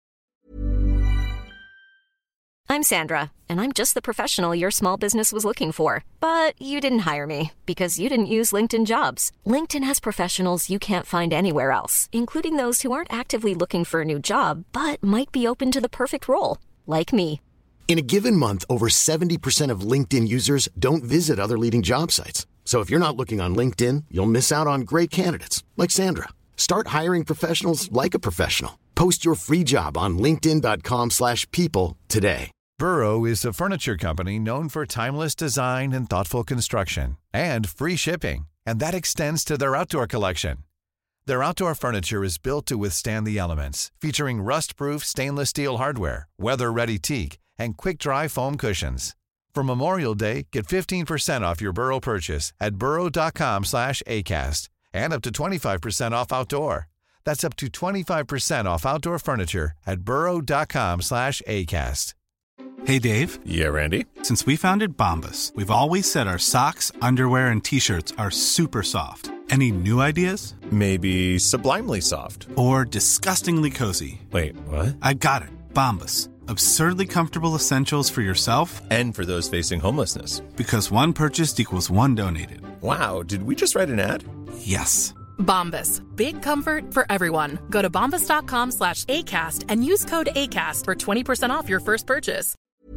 I'm Sandra, and I'm just the professional your small business was looking for. But you didn't hire me because you didn't use LinkedIn Jobs. LinkedIn has professionals you can't find anywhere else, including those who aren't actively looking for a new job, but might be open to the perfect role, like me. In a given month, over seventy percent of LinkedIn users don't visit other leading job sites. So if you're not looking on LinkedIn, you'll miss out on great candidates like Sandra. Start hiring professionals like a professional. Post your free job on linkedin dot com slash people today. Burrow is a furniture company known for timeless design and thoughtful construction and free shipping, and that extends to their outdoor collection. Their outdoor furniture is built to withstand the elements, featuring rust-proof stainless steel hardware, weather-ready teak, and quick-dry foam cushions. For Memorial Day, get fifteen percent off your Burrow purchase at burrow dot com slash acast and up to twenty-five percent off outdoor. That's up to twenty-five percent off outdoor furniture at burrow dot com slash acast. Hey, Dave. Yeah, Randy. Since we founded Bombas, we've always said our socks, underwear, and T-shirts are super soft. Any new ideas? Maybe sublimely soft. Or disgustingly cozy. Wait, what? I got it. Bombas. Absurdly comfortable essentials for yourself and for those facing homelessness. Because one purchased equals one donated. Wow, did we just write an ad? Yes. Bombas. Big comfort for everyone. Go to bombas dot com slash ACAST and use code ACAST for twenty percent off your first purchase.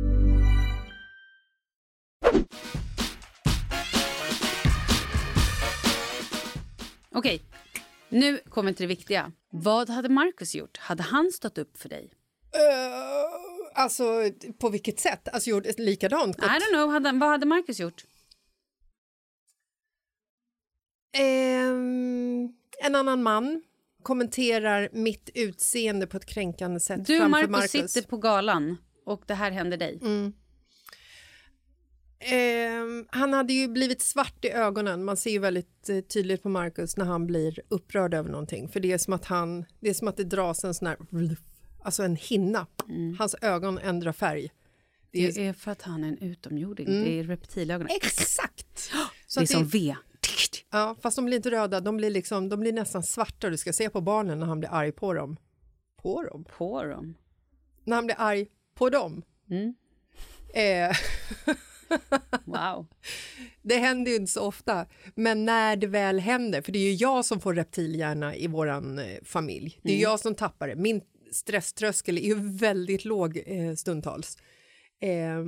Okej, nu kommer till det viktiga. Vad hade Marcus gjort? Hade han stått upp för dig? Uh, alltså, på vilket sätt? Alltså, gjort likadant? I don't know. Hade, vad hade Marcus gjort? Um, en annan man kommenterar mitt utseende på ett kränkande sätt. Du och Marcus, Marcus sitter på galan och det här händer dig. Mm. Um, han hade ju blivit svart i ögonen. Man ser ju väldigt uh, tydligt på Marcus när han blir upprörd över någonting. För det är som att han, det är som att det dras en sån här, alltså en hinna. Mm. Hans ögon ändrar färg. Det är, det är för att han är en utomjording. Mm. Det är reptilögonen. Exakt! Så det är som det, V. Ja, fast de blir inte röda. De blir, liksom, de blir nästan svarta. Du ska se på barnen när han blir arg på dem. På dem? På dem. När han blir arg på dem. Mm. Eh. Wow. Det händer ju inte så ofta. Men när det väl händer, för det är ju jag som får reptilhjärna i våran eh, familj. Det är mm. jag som tappar det. Min, stresströskel är ju väldigt låg eh, stundtals. Eh,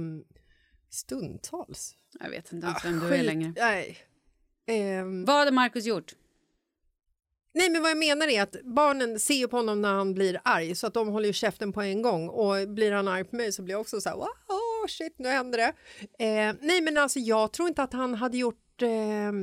stundtals? Jag vet inte ens vem du är längre. Nej. Eh, vad hade Marcus gjort? Nej, men vad jag menar är att barnen ser ju på honom när han blir arg, så att de håller ju käften på en gång, och blir han arg på mig så blir jag också så här, wow, oh, shit, nu händer det. Eh, nej, men alltså jag tror inte att han hade gjort eh,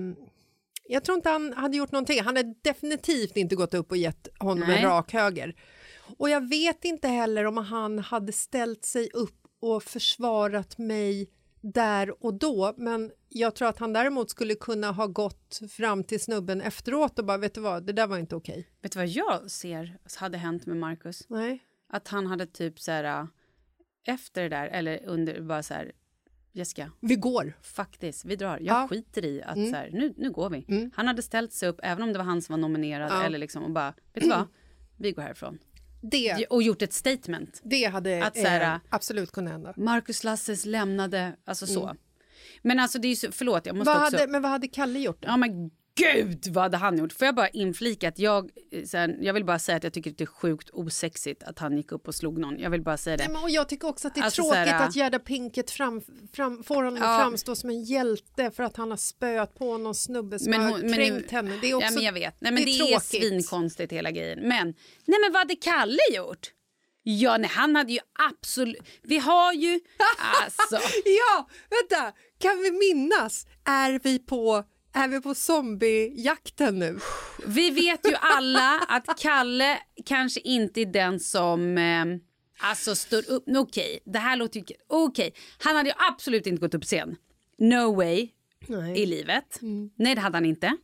jag tror inte han hade gjort någonting. Han hade definitivt inte gått upp och gett honom nej. en rak höger. Och jag vet inte heller om han hade ställt sig upp och försvarat mig där och då, men jag tror att han däremot skulle kunna ha gått fram till snubben efteråt och bara, vet du vad, det där var inte okej. Vet du vad jag ser hade hänt med Marcus? Nej. Att han hade typ så här efter det där, eller under, bara så här, Jessica. Vi går. Faktiskt, vi drar. Jag ja. skiter i att mm. så här, nu, nu går vi. Mm. Han hade ställt sig upp, även om det var han som var nominerad, ja. eller liksom, och bara, vet du vad, vi går härifrån. Det, och gjort ett statement. Det hade att, så här, eh, absolut kunnat hända. Marcus Lasses lämnade, alltså så. Mm. Men alltså det är ju så, förlåt, jag måste vad också... Hade, men vad hade Kalle gjort då? Ja men gud, vad hade han gjort? Får jag bara inflika att jag, sen, jag vill bara säga att jag tycker att det är sjukt osexigt att han gick upp och slog någon. Jag vill bara säga det. Nej, men, och jag tycker också att det är alltså, tråkigt här, att Gerda Pinkett fram, fram, får honom ja. att framstå som en hjälte för att han har spöat på någon snubbe som men hon, har kränkt nu, henne. Det är också, ja, men jag vet. Nej, men det, är, det är svinkonstigt hela grejen. Men, nej men vad hade Kalle gjort? Ja, nej, han hade ju absolut... Vi har ju... Alltså... ja, vänta. Kan vi minnas? Är vi på... Är vi på zombiejakten nu? Vi vet ju alla att Kalle kanske inte är den som eh, alltså står upp. Okej, okay, det här låter ju... Okej, okay. Han hade ju absolut inte gått upp scen. No way Nej. i livet. Mm. Nej, det hade han inte.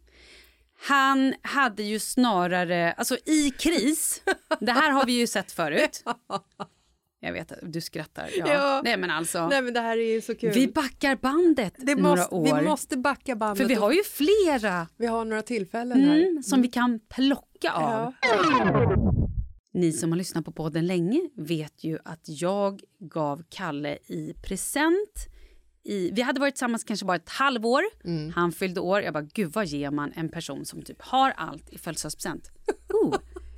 Han hade ju snarare... Alltså i kris, det här har vi ju sett förut. Jag vet att du skrattar. Ja. Ja. Nej, men alltså, Nej, men det här är ju så kul. Vi backar bandet det några måste, år. Vi måste backa bandet. För vi har ju flera. Vi har några tillfällen här. Mm, som mm. vi kan plocka av. Ja. Ni som har lyssnat på podden länge vet ju att jag gav Kalle i present. I, vi hade varit tillsammans kanske bara ett halvår. Mm. Han fyllde år. Jag bara, gud vad ger man en person som typ har allt i födelsedagspresent? Oh.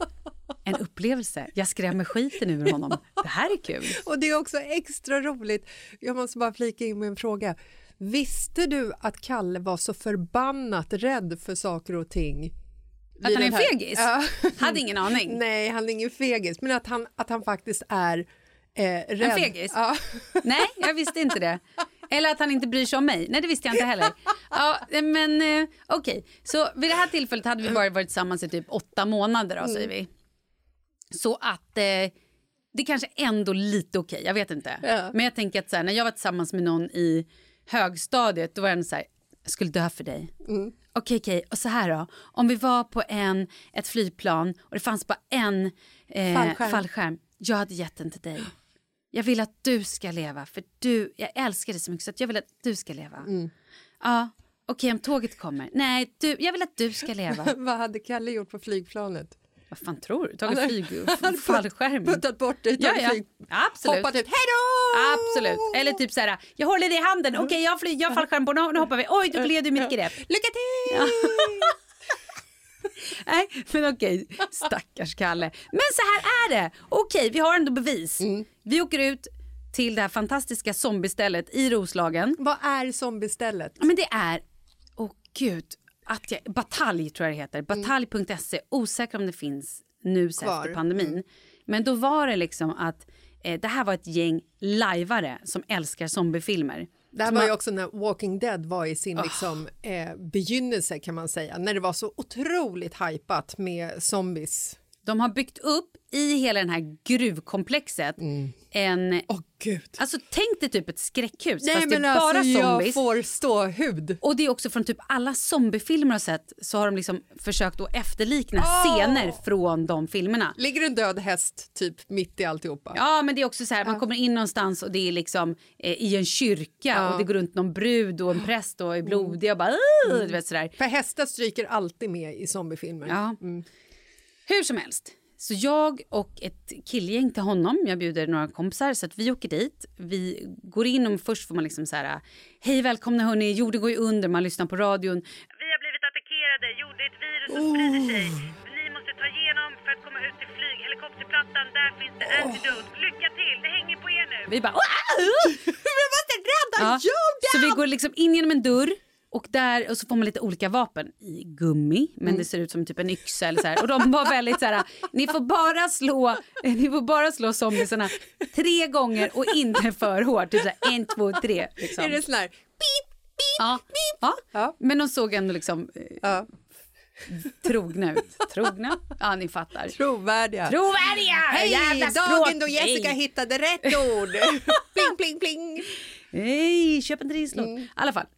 En upplevelse. Jag skrämmer skiten ur honom. Det här är kul. Och det är också extra roligt. Jag måste bara flika in med en fråga. Visste du att Kalle var så förbannat rädd för saker och ting? Att han är en fegis? Ja. Hade ingen aning. Nej, han är ingen fegis. Men att han, att han faktiskt är eh, rädd. En fegis? Ja. Nej, jag visste inte det. Eller att han inte bryr sig om mig. Nej, det visste jag inte heller. Ja, men eh, okej. Okay. Så vid det här tillfället hade vi bara varit tillsammans i typ åtta månader då, mm. säger vi. Så att eh, det kanske ändå lite okej, okay, jag vet inte. Ja. Men jag tänker att så här, när jag var tillsammans med någon i högstadiet, då var den så här, jag skulle dö för dig. Mm. Okej, okej, och så här då. Om vi var på en, ett flygplan och det fanns bara en eh, fallskärm. fallskärm. Jag hade gett den till dig. Jag vill att du ska leva, för du, jag älskar dig så mycket så att jag vill att du ska leva. Mm. Ja, okej, om tåget kommer. Nej, du, jag vill att du ska leva. Vad hade Kalle gjort på flygplanet? Vad fan tror du? Tagit flyg, fallskärm. Puttat bort det. Ja, ja. Absolut. Hoppat ut. Hej då! Absolut. Eller typ så här, jag håller dig i handen. Okej, okay, jag flyger, jag har fallskärm på. Nu, nu hoppar vi. Oj, då gled du mitt grepp. Lycka till! Ja. Nej, men okej. Okay. Stackars Kalle. Men så här är det. Okej, okay, vi har ändå bevis. Mm. Vi åker ut till det här fantastiska zombiestället i Roslagen. Vad är zombiestället? Men det är, åh oh, gud... Att jag, Batalj tror jag det heter. Batalj punkt se. Osäker om det finns nu efter pandemin. Mm. Men då var det liksom att eh, det här var ett gäng lajvare som älskar zombiefilmer. Det här var man... ju också när Walking Dead var i sin oh. liksom, eh, begynnelse kan man säga. När det var så otroligt hypat med zombies. De har byggt upp i hela den här gruvkomplexet mm. en... Åh oh, gud. Alltså tänk dig typ ett skräckhus. Nej, fast men det är bara alltså, zombies. Jag får stå hud. Och det är också från typ alla zombiefilmer jag har sett så har de liksom försökt att efterlikna oh. scener från de filmerna. Ligger en död häst typ mitt i alltihopa? Ja, men det är också så här, man kommer in någonstans och det är liksom eh, i en kyrka ja. och det går runt någon brud och en präst och är blodig och bara mm. du vet sådär. För hästar stryker alltid med i zombiefilmer. Ja. Mm. Hur som helst. Så jag och ett killgäng till honom, jag bjuder några kompisar så att vi åker dit. Vi går in och först får man liksom så här, hej välkomna hörni, jorden går ju under, man lyssnar på radion. Vi har blivit attackerade, jorden är ett virus som sprider sig. Ni måste ta igenom för att komma ut till flyg, helikopterplan gatan, där finns det antidote. Lycka till, det hänger på er nu. Vi bara... Vi måste rädda Ja. jorden! Så vi går liksom in genom en dörr. Och där och så får man lite olika vapen i gummi, men mm. det ser ut som typ en yxa eller så här. Och de var väldigt så här, ni får bara slå ni får bara slå zombiesarna tre gånger och inte för hårt. Typ så här, en, två, tre liksom. Är det sån här pip, pip, ja. pip? Ja. Ja. Men de såg ändå liksom eh, ja. trogna ut. Trogna? Ja, ni fattar. Trovärdiga. Trovärdiga! Hej, dagen då Jessica Hej. hittade rätt ord. Pling, pling, pling. Hej, köp en drislott. Mm. I alla fall.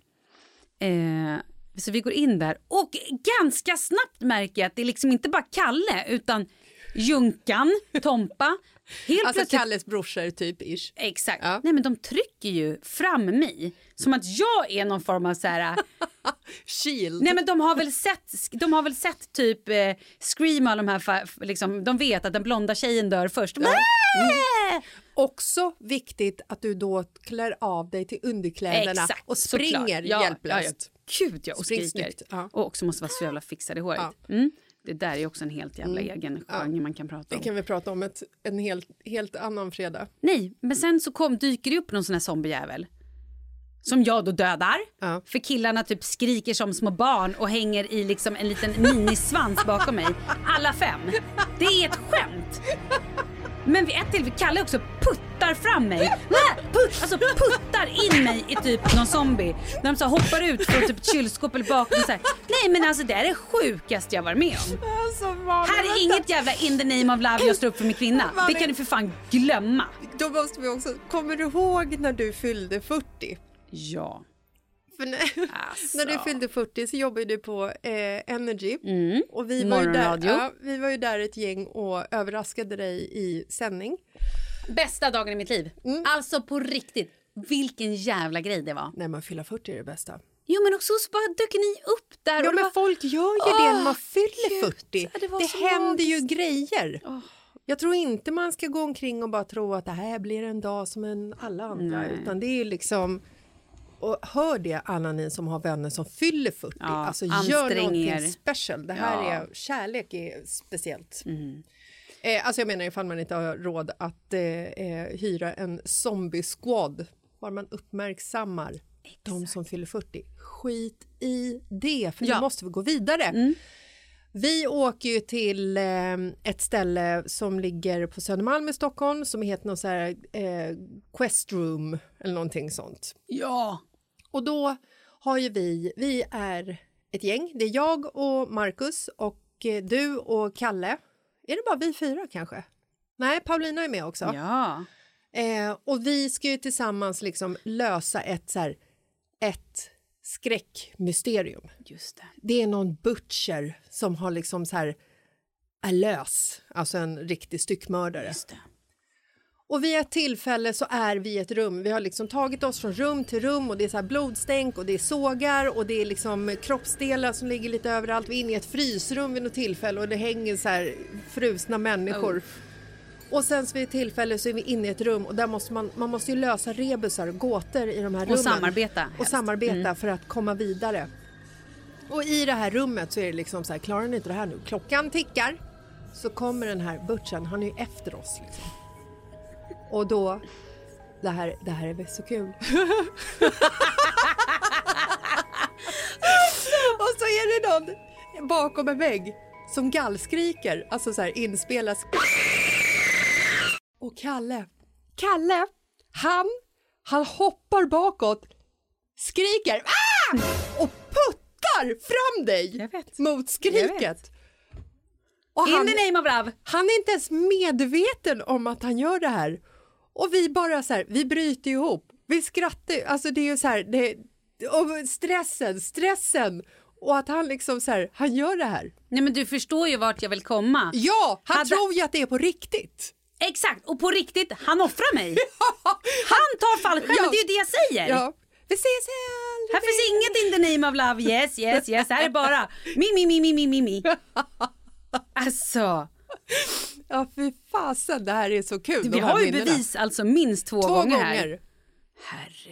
Eh, så vi går in där och ganska snabbt märker jag att det är liksom inte bara Kalle utan Junkan, Tompa. Helt alltså plötsligt... Kalles brorsor typ ish. Exakt. Ja. Nej men de trycker ju fram mig som att jag är någon form av så här shield. Nej men de har väl sett de har väl sett typ eh, Scream och de här liksom de vet att den blonda tjejen dör först. Ja. Mm. Också viktigt att du då klär av dig till underkläderna. Exakt, och springer ja, hjälplöst. Ja, Gud, ja, och skriker. Ja. Och också måste vara så jävla fixad i håret. Ja. Mm. Det där är också en helt jävla mm. egen genre ja. man kan prata om. Det kan vi prata om ett, en helt, helt annan fredag. Nej, men sen så kom, dyker det upp någon sån här zombiejävel. Som jag då dödar. Ja. För killarna typ skriker som små barn och hänger i liksom en liten minisvans bakom mig. Alla fem. Det är ett skämt. Men vid ett till, Kalle också puttar fram mig. Nej, put, alltså puttar in mig i typ någon zombie. När de så hoppar ut från typ ett kylskåp eller bakom och så här. Nej men alltså det är det sjukaste jag var med om. Alltså, man, här är vänta. Inget jävla in the name of love jag står upp för min kvinna. Man, det kan du för fan glömma. Då måste vi också, kommer du ihåg när du fyllde fyrtio? Ja. För när, alltså. när du fyllde fyrtio så jobbade du på eh, Energy. Mm. Och vi var, ju där, ja, vi var ju där ett gäng och överraskade dig i sändning. Bästa dagen i mitt liv. Mm. Alltså på riktigt. Vilken jävla grej det var. När man fyller fyrtio är det bästa. Jo men också så bara dök ni upp där. Ja och men var... folk gör ju oh, det när man fyller Gud. fyrtio. Det, det händer magiskt. Ju grejer. Oh. Jag tror inte man ska gå omkring och bara tro att det här blir en dag som en alla andra. Nej. Utan det är ju liksom... Och hör det alla ni som har vänner som fyller fyrtio. Ja, alltså gör någonting special. Det här ja. är, kärlek är speciellt. Mm. Eh, alltså jag menar ifall man inte har råd att eh, hyra en zombie squad. Var man uppmärksammar Exakt. De som fyller fyrtio. Skit i det, för ja. Nu måste vi gå vidare. Mm. Vi åker ju till eh, ett ställe som ligger på Södermalm i Stockholm som heter någon så här eh, Quest Room eller någonting sånt. Ja. Och då har ju vi, vi är ett gäng. Det är jag och Marcus och eh, du och Kalle. Är det bara vi fyra kanske? Nej, Paulina är med också. Ja. Eh, och vi ska ju tillsammans liksom lösa ett så här, ett skräckmysterium. Just det. Det är någon butcher som har liksom så här är lös, alltså en riktig styckmördare. Just det. Och vid ett tillfälle så är vi i ett rum. Vi har liksom tagit oss från rum till rum och det är så här blodstänk och det är sågar och det är liksom kroppsdelar som ligger lite överallt. Vi är inne i ett frysrum vid något tillfälle och det hänger så här frusna människor. Oh. Och sen så vid ett tillfälle så är vi inne i ett rum och där måste man, man måste ju lösa rebusar och gåtor i de här rummen. Och samarbeta. Och helst. samarbeta mm. för att komma vidare. Och i det här rummet så är det liksom så här, klarar ni inte det här nu? Klockan tickar, så kommer den här butchen, han är ju efter oss liksom. Och då, det här, det här är väl så kul. Och så är det någon bakom en vägg som gallskriker, alltså så här inspelas. Och Kalle, Kalle, han, han hoppar bakåt, skriker ah! Och puttar fram dig mot skriket. Och han, in the name of love. Han är inte ens medveten om att han gör det här. Och vi bara så här, vi bryter ihop. Vi skrattar, alltså det är ju så här, det, och stressen, stressen. Och att han liksom så här, han gör det här. Nej men du förstår ju vart jag vill komma. Ja, han Hade... tror ju att det är på riktigt. Exakt, och på riktigt, han offrar mig. Han tar fallskärmen, ja. Det är ju det jag säger. Ja. Vi ses här. Här finns inget in the name of love, yes, yes, yes. Här är bara mi, mi, mi, mi, mi, mi, mi. Alltså. Ja, för fasen, det här är så kul. Vi har ju bevis alltså minst två, två gånger, gånger här.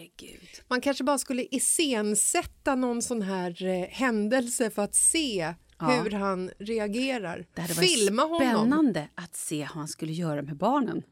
Herregud. Man kanske bara skulle iscensätta någon sån här eh, händelse för att se ja. hur han reagerar. Det hade Filma varit honom. Spännande att se hur han skulle göra med barnen.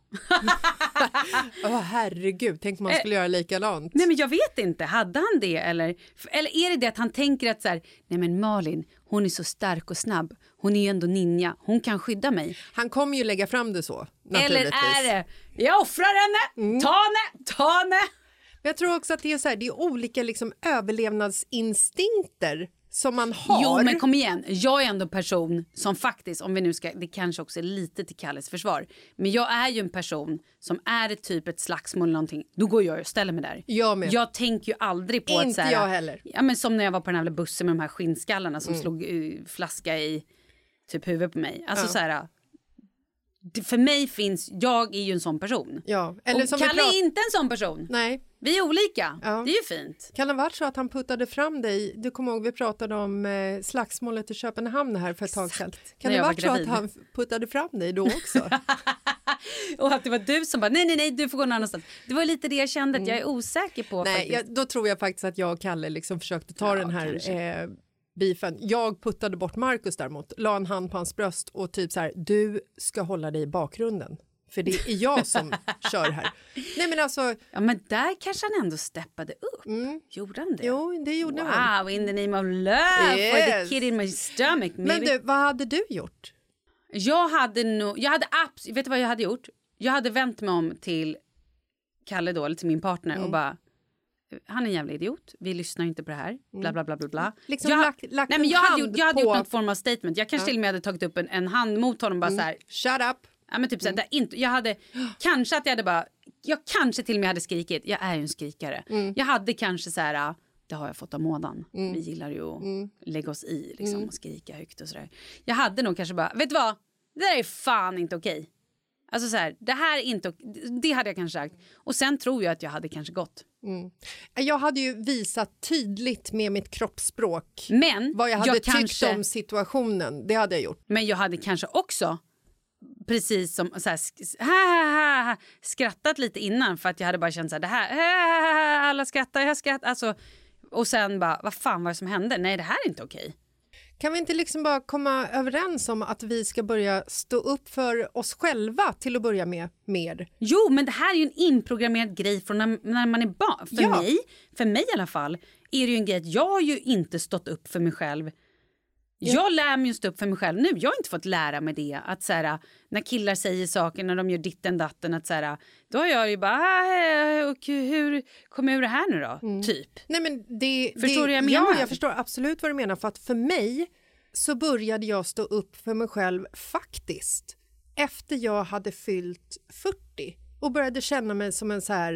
Åh, oh, herregud, tänk om man skulle eh, göra likadant. Nej, men jag vet inte, hade han det eller, eller är det det att han tänker att så här, nej men Malin, hon är så stark och snabb, hon är ju ändå ninja, hon kan skydda mig. Han kommer ju lägga fram det så, eller är det, jag offrar henne, mm. ta henne, ta henne. Men jag tror också att det är så här, det är olika liksom överlevnadsinstinkter som man har. Jo, men kom igen. Jag är ändå en person som faktiskt, om vi nu ska, det kanske också är lite till Kalles försvar, men jag är ju en person som är ett typ ett slagsmål eller någonting, då går jag och ställer mig där. Jag med. Jag tänker ju aldrig på inte att så här, jag heller. Ja, men som när jag var på den här bussen med de här skinnskallarna som mm. slog uh, flaska i typ huvudet på mig. Alltså ja. så här, för mig finns, jag är ju en sån person. Ja. Eller och som Kalle prat... är inte en sån person. Nej. Vi är olika, ja. det är ju fint. Kan det ha varit så att han puttade fram dig, du kommer ihåg vi pratade om eh, slagsmålet i Köpenhamn här för ett tag sedan. Kan det ha varit så att han puttade fram dig då också? Och att det var du som bara, nej nej nej, du får gå någon annanstans. Det var lite det jag kände, att jag är osäker på. Nej, jag, då tror jag faktiskt att jag och Kalle liksom försökte ta ja, den här eh, beefen. Jag puttade bort Marcus däremot, la en hand på hans bröst och typ så här, du ska hålla dig i bakgrunden. För det är jag som kör här. Nej, men alltså... Ja, men där kanske han ändå steppade upp. Mm. Gjorde han det? Jo, det gjorde wow, han. Wow, in the name of love. Yes. For the kid in my stomach. Maybe. Men du, vad hade du gjort? Jag hade nog... Jag hade abs- vet du vad jag hade gjort? Jag hade vänt mig om till Kalle då, eller till min partner mm. och bara... Han är en jävla idiot. Vi lyssnar inte på det här. Bla, bla, bla, bla, bla. Liksom jag, lagt, lagt nej, men jag hade, gjort, jag hade på... gjort något form av statement. Jag kanske ja. till och med hade tagit upp en, en hand mot honom. Bara mm. så här... Shut up. Ja, men typ så här, mm. inte, jag hade kanske att jag hade bara jag kanske till och med hade skrikit. Jag är ju en skrikare. Mm. Jag hade kanske så här, det har jag fått av Mådan. Mm. Vi gillar ju att mm. lägga oss i liksom mm. och skrika högt och så där. Jag hade nog kanske bara, vet du vad? Det där är fan inte okej. Alltså så här, det här är inte det hade jag kanske sagt. Och sen tror jag att jag hade kanske gått. Mm. Jag hade ju visat tydligt med mitt kroppsspråk men vad jag hade jag tyckt kanske, om situationen. Det hade jag gjort. Men jag hade kanske också precis som så här, sk- ha, ha, ha, skrattat lite innan för att jag hade bara känt så här, det här ha, alla skrattar, jag skrattar alltså, och sen bara, vad fan var det som hände? Nej, det här är inte okej. Kan vi inte liksom bara komma överens om att vi ska börja stå upp för oss själva till att börja med mer? Jo, men det här är ju en inprogrammerad grej från när, när man är barn. För, ja. mig, för mig i alla fall är det ju en grej att jag har ju inte stått upp för mig själv. Ja. Jag lär mig just upp för mig själv nu. Jag har inte fått lära mig det. Att så här, när killar säger saker, när de gör ditten datten, att så här, då har jag ju bara, och hur kommer ur det här nu då? Mm. Typ. Nej, men det, förstår det, du vad jag menar? Ja, jag förstår absolut vad du menar. För att för mig så började jag stå upp för mig själv faktiskt efter jag hade fyllt fyrtio och började känna mig som en så här,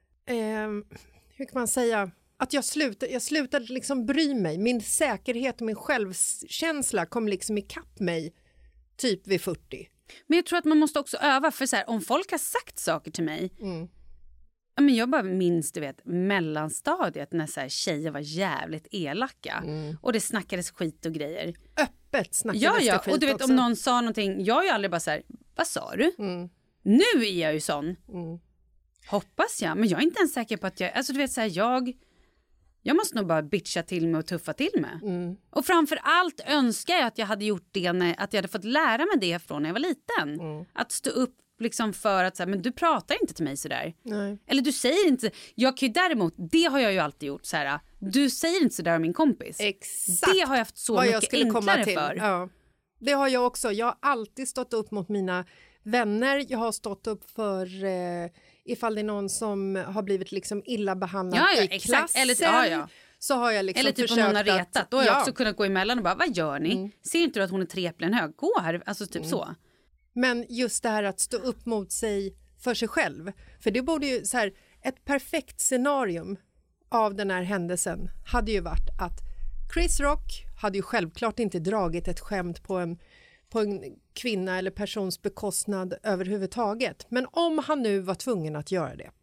eh, hur kan man säga... Att jag slutade, jag slutade liksom bry mig. Min säkerhet och min självkänsla kom liksom ikapp mig typ vid fyrtio. Men jag tror att man måste också öva. För så här, om folk har sagt saker till mig. Mm. Ja, men jag bara minns, du vet, mellanstadiet när så här, tjejer var jävligt elaka. Mm. Och det snackades skit och grejer. Öppet snackades ja, ja. det skit och du vet också. Om någon sa någonting. Jag är ju aldrig bara så här, vad sa du? Mm. Nu är jag ju sån. Mm. Hoppas jag. Men jag är inte ens säker på att jag... Alltså du vet så här, jag... Jag måste nog bara bitcha till mig och tuffa till mig. Mm. Och framför allt önskar jag att jag hade gjort det när, att jag hade fått lära mig det från när jag var liten. Mm. Att stå upp liksom för att så här, men du pratar inte till mig så där. Nej. Eller du säger inte, jag kan ju däremot, det har jag ju alltid gjort så här, du säger inte så där om min kompis. Exakt. Det har jag haft så vad mycket jag skulle enklare komma till. för. Ja. Det har jag också. Jag har alltid stått upp mot mina vänner. Jag har stått upp för eh, ifall det är någon som har blivit liksom illa behandlad ja, ja, i exakt. klassen. Eller, ja, ja. Så har jag liksom Eller typ om försökt någon har retat. att, Då har ja. jag också kunnat gå emellan och bara, vad gör ni? Mm. Ser inte du att hon är tre äpplen hög? Gå här, alltså typ mm. så. Men just det här att stå upp mot sig för sig själv. För det borde ju så här, ett perfekt scenarium av den här händelsen hade ju varit att Chris Rock hade ju självklart inte dragit ett skämt på en, på en kvinna eller persons bekostnad överhuvudtaget. Men om han nu var tvungen att göra det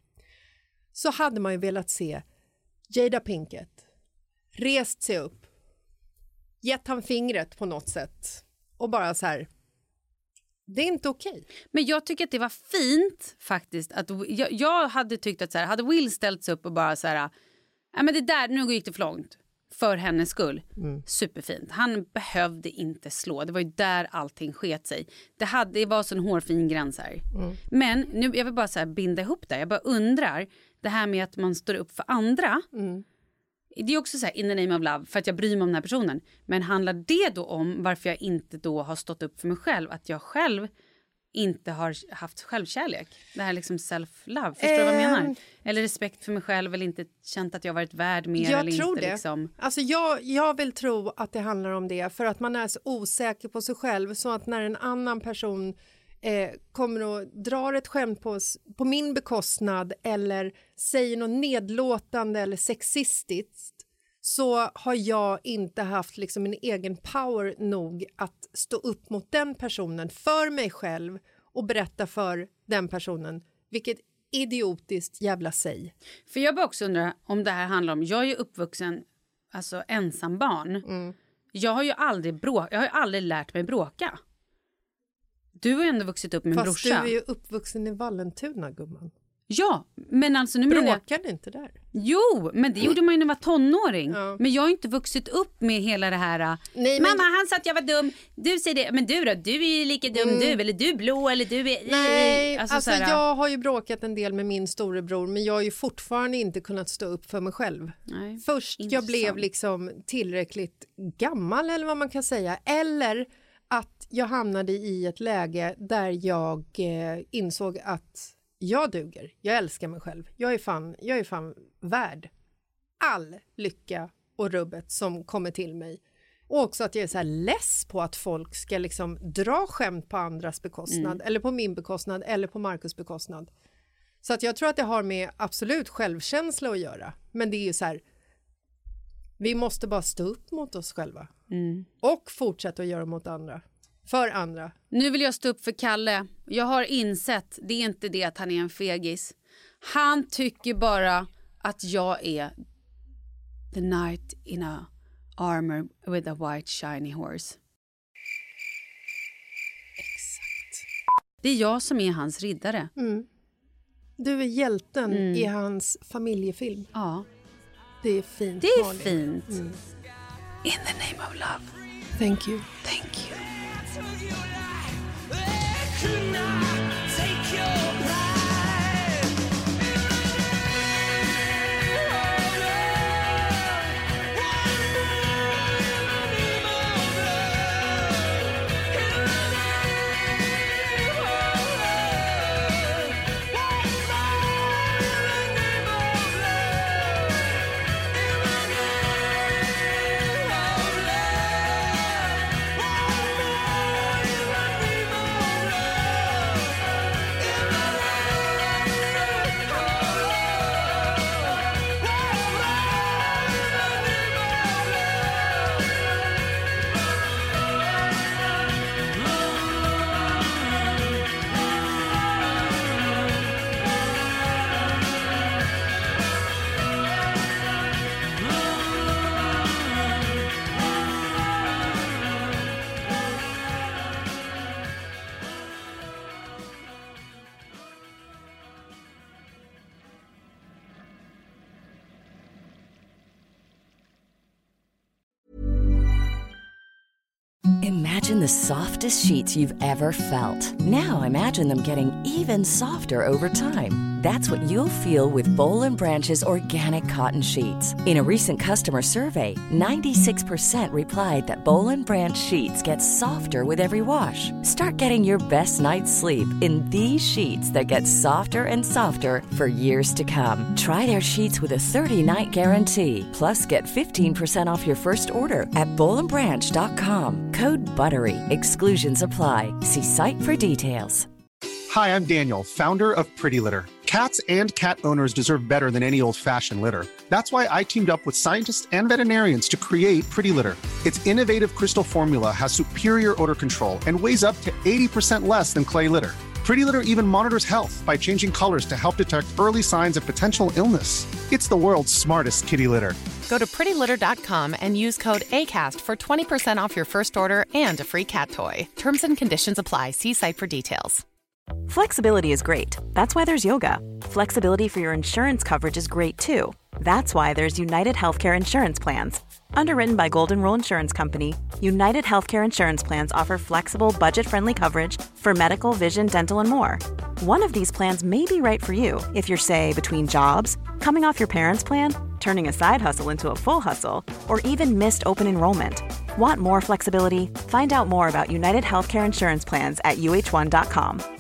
så hade man ju velat se Jada Pinkett rest sig upp, gett han fingret på något sätt och bara så här, det är inte okej. Men jag tycker att det var fint faktiskt. Att jag, jag hade tyckt att så här, hade Will ställts upp och bara så här, nej men det där, nu gick det för långt. för hennes skull. Mm. Superfint. Han behövde inte slå. Det var ju där allting sket sig. Det, hade, det var så en hårfin gräns här. Mm. Men nu, jag vill bara så här binda ihop det. Jag bara undrar, det här med att man står upp för andra. Mm. Det är också så här in the name of love, för att jag bryr mig om den här personen. Men handlar det då om varför jag inte då har stått upp för mig själv? Att jag själv inte har haft självkärlek. Det här liksom self-love. Förstår du um, vad jag menar? Eller respekt för mig själv. Eller inte känt att jag varit värd mer. Jag eller tror inte, det. Liksom. Alltså jag, jag vill tro att det handlar om det. För att man är så osäker på sig själv. Så att när en annan person eh, kommer och drar ett skämt på, på min bekostnad. Eller säger något nedlåtande eller sexistiskt. Så har jag inte haft liksom en egen power nog att stå upp mot den personen för mig själv och berätta för den personen vilket idiotiskt jävla säg. För jag bara också undrar om det här handlar om, jag är ju uppvuxen alltså ensam barn. Mm. Jag har ju aldrig bråk, jag har ju aldrig lärt mig bråka. Du har ju ändå vuxit upp med en brorsa. Fast du är ju uppvuxen i Vallentuna, gumman. Ja, men alltså nu menar jag... Bråkade inte där? Jo, men det gjorde man ju när man var tonåring. Ja. Men jag har ju inte vuxit upp med hela det här... Nej, Mamma, men... han sa att jag var dum. Du säger det. Men du då? Du är ju lika dum Mm. du. Eller du är blå, eller du är... Nej, alltså, alltså såhär... jag har ju bråkat en del med min storebror. Men jag har ju fortfarande inte kunnat stå upp för mig själv. Nej, Först jag blev liksom tillräckligt gammal, eller vad man kan säga. Eller att jag hamnade i ett läge där jag eh, insåg att... Jag duger. Jag älskar mig själv. Jag är fan, jag är fan värd all lycka och rubbet som kommer till mig. Och också att jag är så här less på att folk ska liksom dra skämt på andras bekostnad. Mm. Eller på min bekostnad. Eller på Marcus bekostnad. Så att jag tror att det har med absolut självkänsla att göra. Men det är ju så här. Vi måste bara stå upp mot oss själva. Mm. Och fortsätta att göra mot andra. För andra. Nu vill jag stå upp för Kalle. Jag har insett, det är inte det att han är en fegis. Han tycker bara att jag är the knight in a armor with a white shiny horse. Exakt. Det är jag som är hans riddare. Mm. Du är hjälten Mm. i hans familjefilm. Ja. Det är fint. Det är Malin. fint. Mm. In the name of love. Thank you. Thank you. Imagine the softest sheets you've ever felt. Now imagine them getting even softer over time. That's what you'll feel with Boll and Branch's organic cotton sheets. In a recent customer survey, ninety-six percent replied that Boll and Branch sheets get softer with every wash. Start getting your best night's sleep in these sheets that get softer and softer for years to come. Try their sheets with a thirty-night guarantee. Plus, get fifteen percent off your first order at boll and branch dot com. Code BUTTERY. Exclusions apply. See site for details. Hi, I'm Daniel, founder of Pretty Litter. Cats and cat owners deserve better than any old-fashioned litter. That's why I teamed up with scientists and veterinarians to create Pretty Litter. Its innovative crystal formula has superior odor control and weighs up to eighty percent less than clay litter. Pretty Litter even monitors health by changing colors to help detect early signs of potential illness. It's the world's smartest kitty litter. Go to pretty litter dot com and use code ACAST for twenty percent off your first order and a free cat toy. Terms and conditions apply. See site for details. Flexibility is great. That's why there's yoga. Flexibility for your insurance coverage is great too. That's why there's United Healthcare Insurance Plans. Underwritten by Golden Rule Insurance Company, United Healthcare Insurance Plans offer flexible, budget-friendly coverage for medical, vision, dental, and more. One of these plans may be right for you if you're, say, between jobs, coming off your parents' plan, turning a side hustle into a full hustle, or even missed open enrollment. Want more flexibility? Find out more about United Healthcare Insurance Plans at U H one dot com.